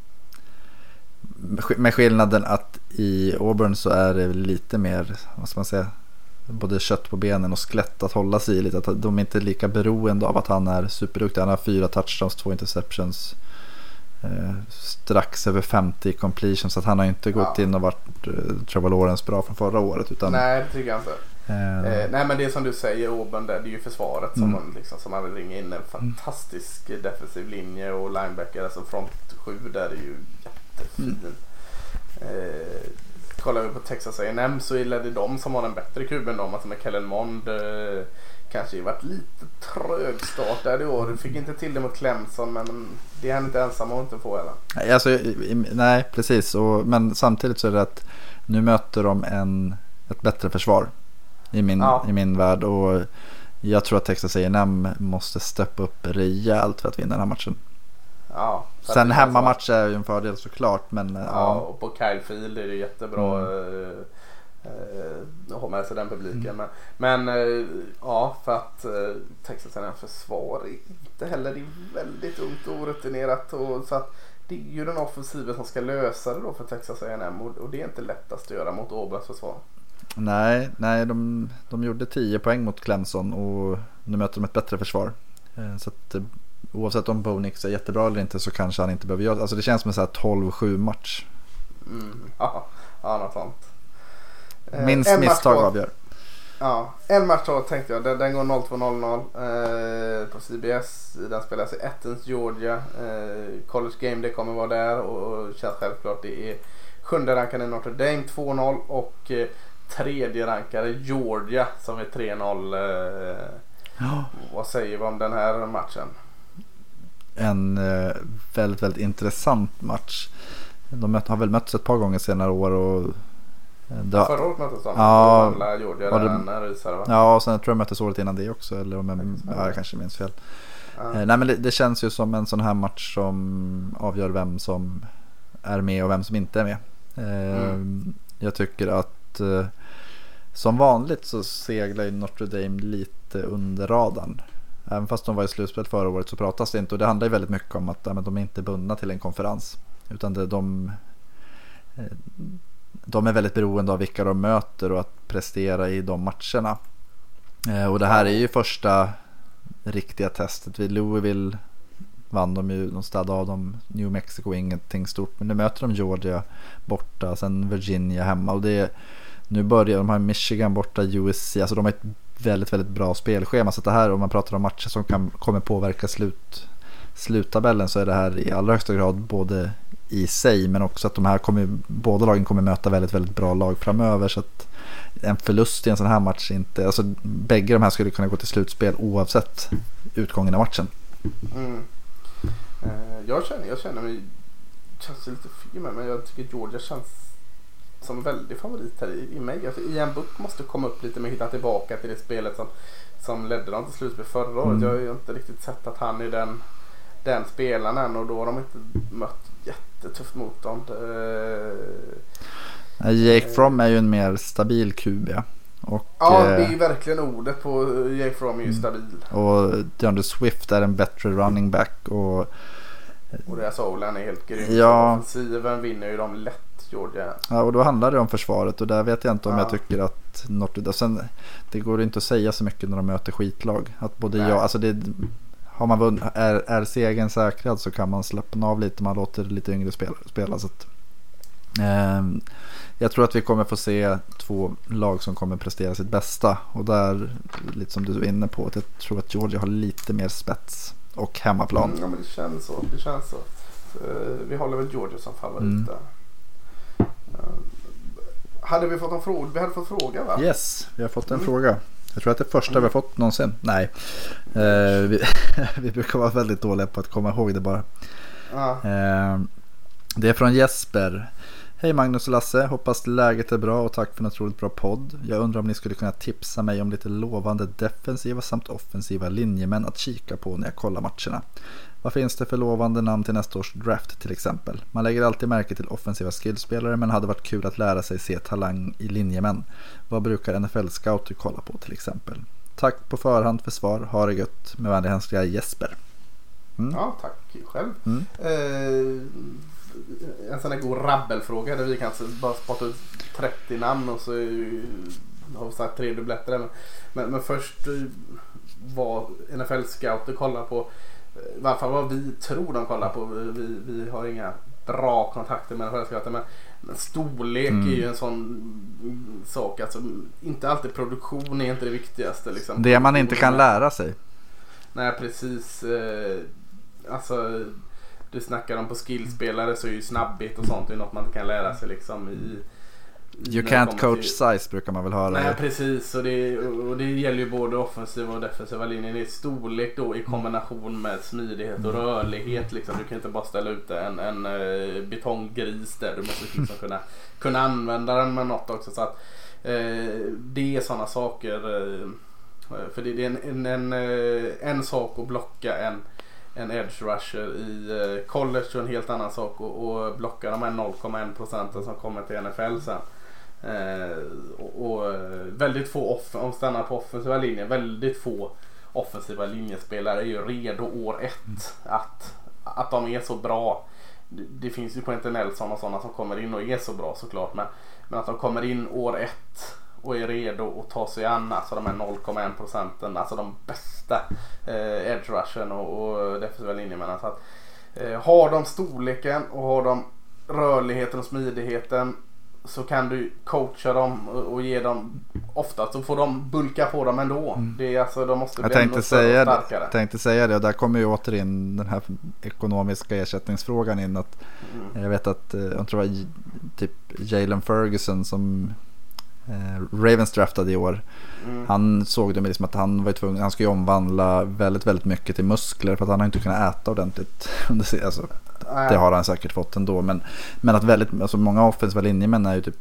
med skillnaden att i Auburn så är det lite mer, vad ska man säga, både kött på benen och skelett att hålla sig i lite. Att de är inte lika beroende av att han är superduktig. Han har fyra touchdowns, två interceptions, eh, strax över femtio completions. Så att han har inte gått ja. in och varit eh, Trevor Lawrence bra från förra året. Utan, nej, det tycker jag inte. Eh, eh, nej, men det är som du säger, Auburn där, det är ju försvaret som, mm. man, liksom, som man vill ringa in en fantastisk mm. defensiv linje och linebacker, alltså front sju där är ju jättefin. Mm. Eh, kollar vi på Texas A and M så är det de som har en bättre kub än dem, alltså med Kellen Mond eh, kanske varit lite trög start där i år. Fick inte till det mot Clemson, men det är han inte ensam att inte få heller. Nej, alltså, nej precis, och, men samtidigt så är det att nu möter de en, ett bättre försvar i min, ja. i min värld, och jag tror att Texas A and M måste steppa upp rejält för att vinna den här matchen. Ja, sen hemmamatch är ju en fördel såklart, men ja, ja. Och på Kyle Field är det jättebra mm. att uh, ha med sig den publiken. Mm. Men, men uh, ja, för att uh, Texas A and M försvar är inte heller, det är väldigt ungt och orutinerat, och så att det är ju den offensiven som ska lösa det då för Texas A and M, och, och det är inte lättast att göra mot Auburns försvar. Nej, nej de, de gjorde tio poäng mot Clemson och nu möter de ett bättre försvar. Så att oavsett om Bo Nix är jättebra eller inte så kanske han inte behöver göra. Alltså det känns som en så här tolv sju match. Mm, ja, ja, något sånt. Minst eh, misstag avgör. Ja, en match då tänkte jag. Den, den går noll två noll noll eh, på C B S. Den spelas i Athens, Georgia. Eh, College Game det kommer vara där, och, och känns självklart. Det är sjunde rankade Notre Dame två noll och eh, tredje rankade Georgia som är tre noll. Eh, ja. Vad säger vi om den här matchen? En eh, väldigt, väldigt intressant match. De möt, har väl mötts ett par gånger senare år, och det, förra året möttes de. Ja, och Georgia där den här visade, va? Ja, och sen jag tror jag möttes året innan det också, eller om jag, ja, jag kanske minns fel. Ja. Eh, nej, men det, det känns ju som en sån här match som avgör vem som är med och vem som inte är med. Eh, mm. Jag tycker att eh, som vanligt så seglar ju Notre Dame lite under radarn. Även fast de var i slutspel förra året så pratas det inte, och det handlar ju väldigt mycket om att ja, men de är inte bundna till en konferens, utan det, de eh, de är väldigt beroende av vilka de möter och att prestera i de matcherna. Eh, och det här är ju första riktiga testet. Vid Louisville vann de ju, de stad av dem, New Mexico ingenting stort, men nu möter de Georgia borta, sen Virginia hemma, och det är, nu börjar de här Michigan borta, U S C, alltså de har ett väldigt väldigt bra spelschema, så att det här, om man pratar om matcher som kan, kommer påverka slut, sluttabellen, så är det här i allra högsta grad både i sig, men också att de här kommer, båda lagen kommer möta väldigt väldigt bra lag framöver, så att en förlust i en sån här match inte, alltså bägge de här skulle kunna gå till slutspel oavsett utgången av matchen. Mm. Uh, jag känner jag känner mig känns lite fel med, men jag tycker Georgia känns som en väldig favorit här i, i mig. Alltså, Ian Book måste komma upp lite med att hitta tillbaka till det spelet som, som ledde dem till slutspel förra året. Mm. Jag har ju inte riktigt sett att han är den den spelaren än, och då har de inte mött jättetufft motstånd. Uh, Jake Fromm är ju en mer stabil Q B. Och, ja, det är ju verkligen ordet på Jake Fromm är ju stabil. Och DeAndre Swift är en bättre running back, och och deras O-line är helt grym. Ja. Offensiven vinner ju de lätt, Georgia. Ja, och då handlar det om försvaret, och där vet jag inte om ja. jag tycker att Notre Dame, sen det går inte att säga så mycket när de möter skitlag. Att både jag, alltså det, har man vunnit, är, är segern säkrad så kan man slappna av lite, man låter lite yngre spela, spela så att, eh, jag tror att vi kommer få se två lag som kommer prestera sitt bästa, och där, lite som du är inne på, att jag tror att Georgia har lite mer spets och hemmaplan. Mm, ja, men det känns så, det känns så. så vi håller väl Georgia som favorit mm. där. Uh, hade vi fått en fråga? Vi hade fått fråga, va? Yes, vi har fått en mm. fråga. Jag tror att det är första mm. vi har fått någonsin. Nej, uh, vi, vi brukar vara väldigt dåliga på att komma ihåg det bara. Uh. Uh, det är från Jesper. Hej Magnus och Lasse, hoppas läget är bra och tack för en otroligt bra podd. Jag undrar om ni skulle kunna tipsa mig om lite lovande defensiva samt offensiva linjemän att kika på när jag kollar matcherna. Vad finns det för lovande namn till nästa års draft till exempel? Man lägger alltid märke till offensiva skillspelare, men hade varit kul att lära sig se talang i linjemän. Vad brukar N F L-scouter kolla på till exempel? tack på förhand för svar. Ha det gött. Med vänlig hälsning Jesper. Mm. Ja, tack själv. Mm. Eh, en sån här god rabbelfråga där vi kanske bara spotta ut trettio namn och så har vi sagt tre dubbletter. Men, men, men först vad N F L-scouter kollar på, i alla fall vad vi tror de kollar på. Vi, vi har inga bra kontakter med N F L-scouter, men, men storlek mm. är ju en sån sak. Alltså, inte alltid produktion är inte det viktigaste. Liksom. Det man inte kan lära sig. Nej, precis. Eh, alltså, du snackar om på skillspelare så är ju snabbhet och sånt är något man inte kan lära sig liksom i... You can't coach till... size brukar man väl höra. Nej, precis. Och det, och det gäller ju både offensiva och defensiva linjen. Det är storlek då i kombination med smidighet och rörlighet. Liksom. Du kan inte bara ställa ut en, en uh, betonggris där. Du måste liksom kunna, kunna använda den med något också. Så att, uh, det är sådana saker. Uh, för det, det är en, en, en, uh, en sak att blocka en, en edge rusher i uh, college och en helt annan sak att blocka de här noll komma en procenten som kommer till N F L sen. Eh, och, och väldigt få off- om stannar på offensiva linjen, väldigt få offensiva linjespelare är ju redo år ett att, att de är så bra. Det, det finns ju på Nelson och sådana som kommer in och är så bra såklart, men, men att de kommer in år ett och är redo att ta sig an alltså de här noll komma en procenten, alltså de bästa eh, edge rushen och, och defensiva linjemännen. Så att, eh, har de storleken och har de rörligheten och smidigheten, så kan du coacha dem och ge dem, ofta så får de bulka på dem ändå. Mm. Det är alltså, de måste bli jag tänkte säga, starkare. Jag tänkte säga det, och där kommer ju återigen den här ekonomiska ersättningsfrågan in. Att mm. Jag vet att jag tror det var typ Jalen Ferguson som eh, Ravens draftade i år. Mm. Han såg det med liksom att han var tvungen, han skulle omvandla väldigt, väldigt mycket till muskler för att han har inte kunnat äta ordentligt under, alltså, det har han säkert fått ändå, men, men att väldigt, alltså många offensiva linjemän är ju typ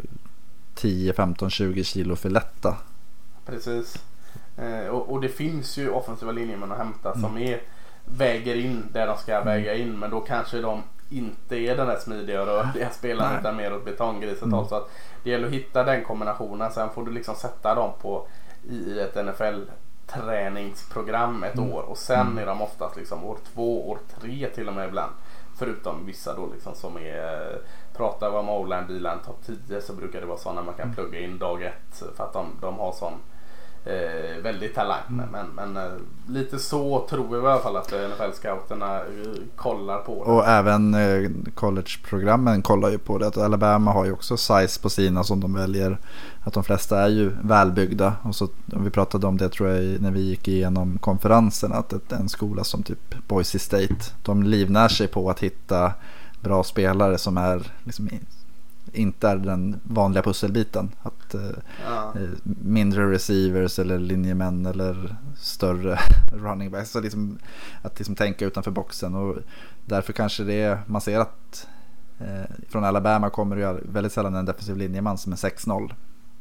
tio, femton, tjugo kilo för lätta. Precis. Eh, och, och det finns ju offensiva linjemän att hämta mm. som är, väger in där de ska väga in, men då kanske de inte är den där smidiga och rörliga spelaren utan mer åt betonggriset mm. så att det gäller att hitta den kombinationen. Sen får du liksom sätta dem på i ett N F L träningsprogram ett mm. år, och sen mm. är de oftast liksom år två, år tre till och med ibland, förutom vissa då liksom som är, pratar vi om O-line, D-line topp tio, så brukar det vara sådana man kan plugga in dag ett för att de, de har sån eh, väldigt talang mm. men, men eh, lite så tror vi i alla fall att N F L-scouterna eh, kollar på det. Och även eh, college-programmen kollar ju på det, att Alabama har ju också size på sina som de väljer, att de flesta är ju välbyggda, och så vi pratade om det tror jag när vi gick igenom konferensen, att ett, en skola som typ Boise State, de livnär sig på att hitta bra spelare som är liksom inte är den vanliga pusselbiten, att ja. eh, mindre receivers eller linjemän eller större running backs, så liksom, att liksom tänka utanför boxen, och därför kanske det är, man ser att eh, från Alabama kommer det väldigt sällan en defensiv linjeman som är sex noll,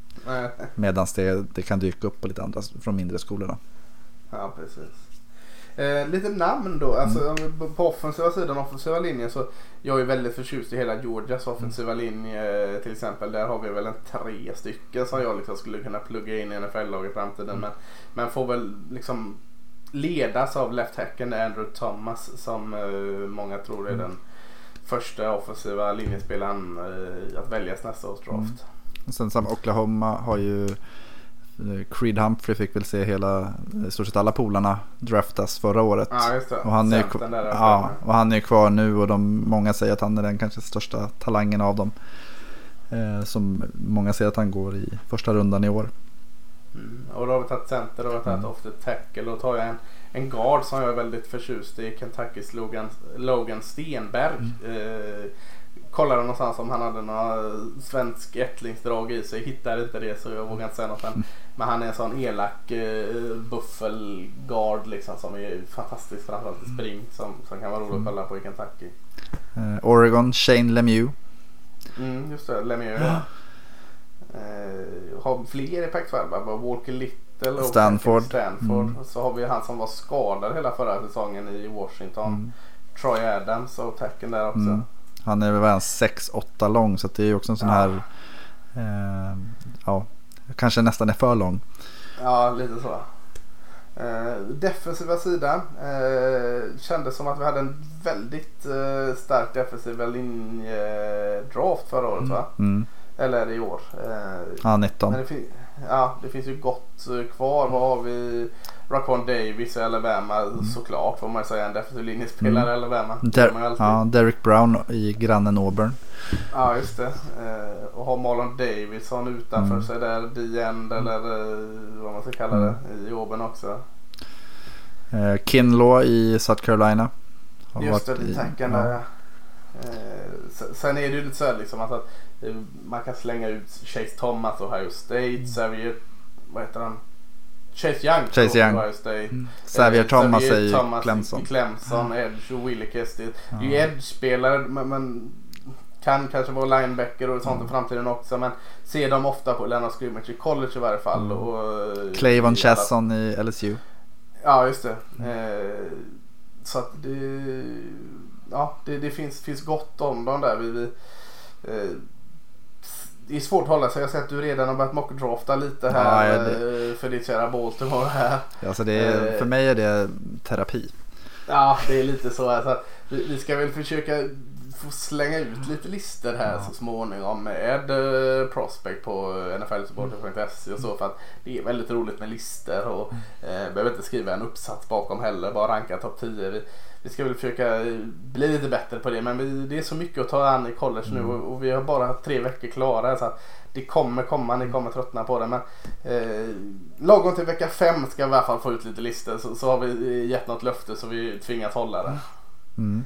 medan det, det kan dyka upp på lite andra från mindre skolor då. Ja, precis. Eh, lite namn då, alltså mm. på offensiva sidan, offensiva linjen, så jag är väldigt förtjust i hela Georgias offensiva mm. linje till exempel. Där har vi väl en tre stycken som jag liksom skulle kunna plugga in i N F L-lag i framtiden, mm. men, men får väl liksom ledas av left-hacken Andrew Thomas, som eh, många tror är mm. den första offensiva linjespelaren eh, att väljas nästa års draft. Mm. Sen som Oklahoma har ju Creed Humphrey, fick väl se hela, i stort sett alla polarna draftas förra året. Ja, just det. Och han är, ja, och han är kvar nu, och de, många säger att han är den kanske största talangen av dem. Eh, som många säger att han går i första rundan i år. Mm. Och då har vi tagit center och vi har tagit mm. ofta tackle, och tar jag en, en guard som jag är väldigt förtjust i, Kentuckys Logan, Logan Stenberg. Mm. Eh, kollade någonstans om han hade några svensk ättlingsdrag i sig, hittade inte det, så jag vågar inte säga något. Men, men han är en sån elak eh, buffelgard liksom, som är fantastisk, framförallt i spring, som, som kan vara roligt att kolla på i Kentucky. Uh, Oregon, Shane Lemieux. Mm, just det, Lemieux. Ja. Uh, har fler i Pac tolv, Walker Little och Stanford. Stanford. Mm. Så har vi han som var skadad hela förra säsongen i Washington. Mm. Troy Adams och tacken där också. Mm. Han är väl sex åtta lång, så det är ju också en sån ja. här eh, ja, kanske nästan är för lång. Ja, lite så. Eh, defensiva sidan eh, kändes som att vi hade en väldigt eh, stark defensiv linjedraft förra året, va? Mm. Eller i år. Eh, ja, nitton. Men det, fin- ja, det finns ju gott kvar. Vad har vi? Raquan Davis i Alabama, mm. såklart får man säga, en defensiv linjespelare i mm. Alabama. Der- ja, Derek Brown i grannen Auburn. Ja, just det. Eh, och har Marlon Davidson utanför mm. sig där, D-end eller eh, vad man ska kalla det, mm. i Auburn också. Eh, Kinlaw i South Carolina. Har just det, i tacken där. Ja. Eh, sen är det ju lite så här liksom att, att man kan slänga ut Chase Thomas och Ohio State, mm. Xavier, vad heter han? Chase Young, Chase Young. Ohio State. Mm. Xavier eh, Thomas Xavier i Thomas Clemson. I Clemson, mm. Edge och Willie Kestis. Ja. Det är ju Edge-spelare, men, men kan kanske vara linebacker och sånt mm. i framtiden också, men ser dem ofta på Lennart Scrimmage i college i varje fall. Mm. Och Clavon Chesson i L S U. Ja, just det. Mm. Eh, så att det, ja, det, det finns, finns gott om dem där. Vi, vi, eh, det är svårt att hålla sig. Jag har sett att du redan har börjat mockdrafta lite här, ja, det... för ditt kära Baltimore här. Alltså det är, för mig är det terapi. Ja, det är lite så här. Så vi, vi ska väl försöka få slänga ut lite lister här, ja. Så småningom med uh, prospect på N F L supporter punkt se och så, för att det är väldigt roligt med lister och uh, behöver inte skriva en uppsats bakom heller, bara ranka topp tio. Vi, vi ska väl försöka bli lite bättre på det, men vi, det är så mycket att ta an i college nu och, och vi har bara tre veckor klara, så att det kommer komma, ni kommer tröttna på det, men eh, lagom till vecka fem ska vi i alla fall få ut lite lister, så, så har vi gett något löfte så vi tvingas hålla det. Mm.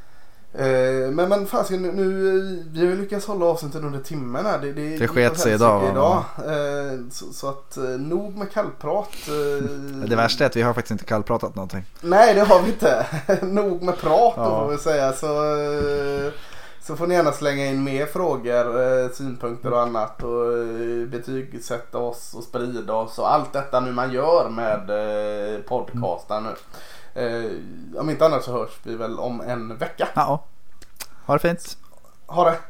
Eh, men men fasiken, nu, nu vi har ju lyckats hålla avsnittet under timmen här. Det, det, det sket sig idag, idag. Eh, så, så att eh, nog med kallprat. Eh, det värsta är att vi har faktiskt inte kallpratat någonting. Nej, det har vi inte. Nog med prat, ja. Då får vi säga. Så, eh, så får ni gärna slänga in mer frågor, eh, synpunkter och annat, och eh, betygsätta oss och sprida oss och allt detta nu man gör med eh, podcasten nu. Eh, om inte annars så hörs vi väl om en vecka. Ja, ha det fint. Ha det.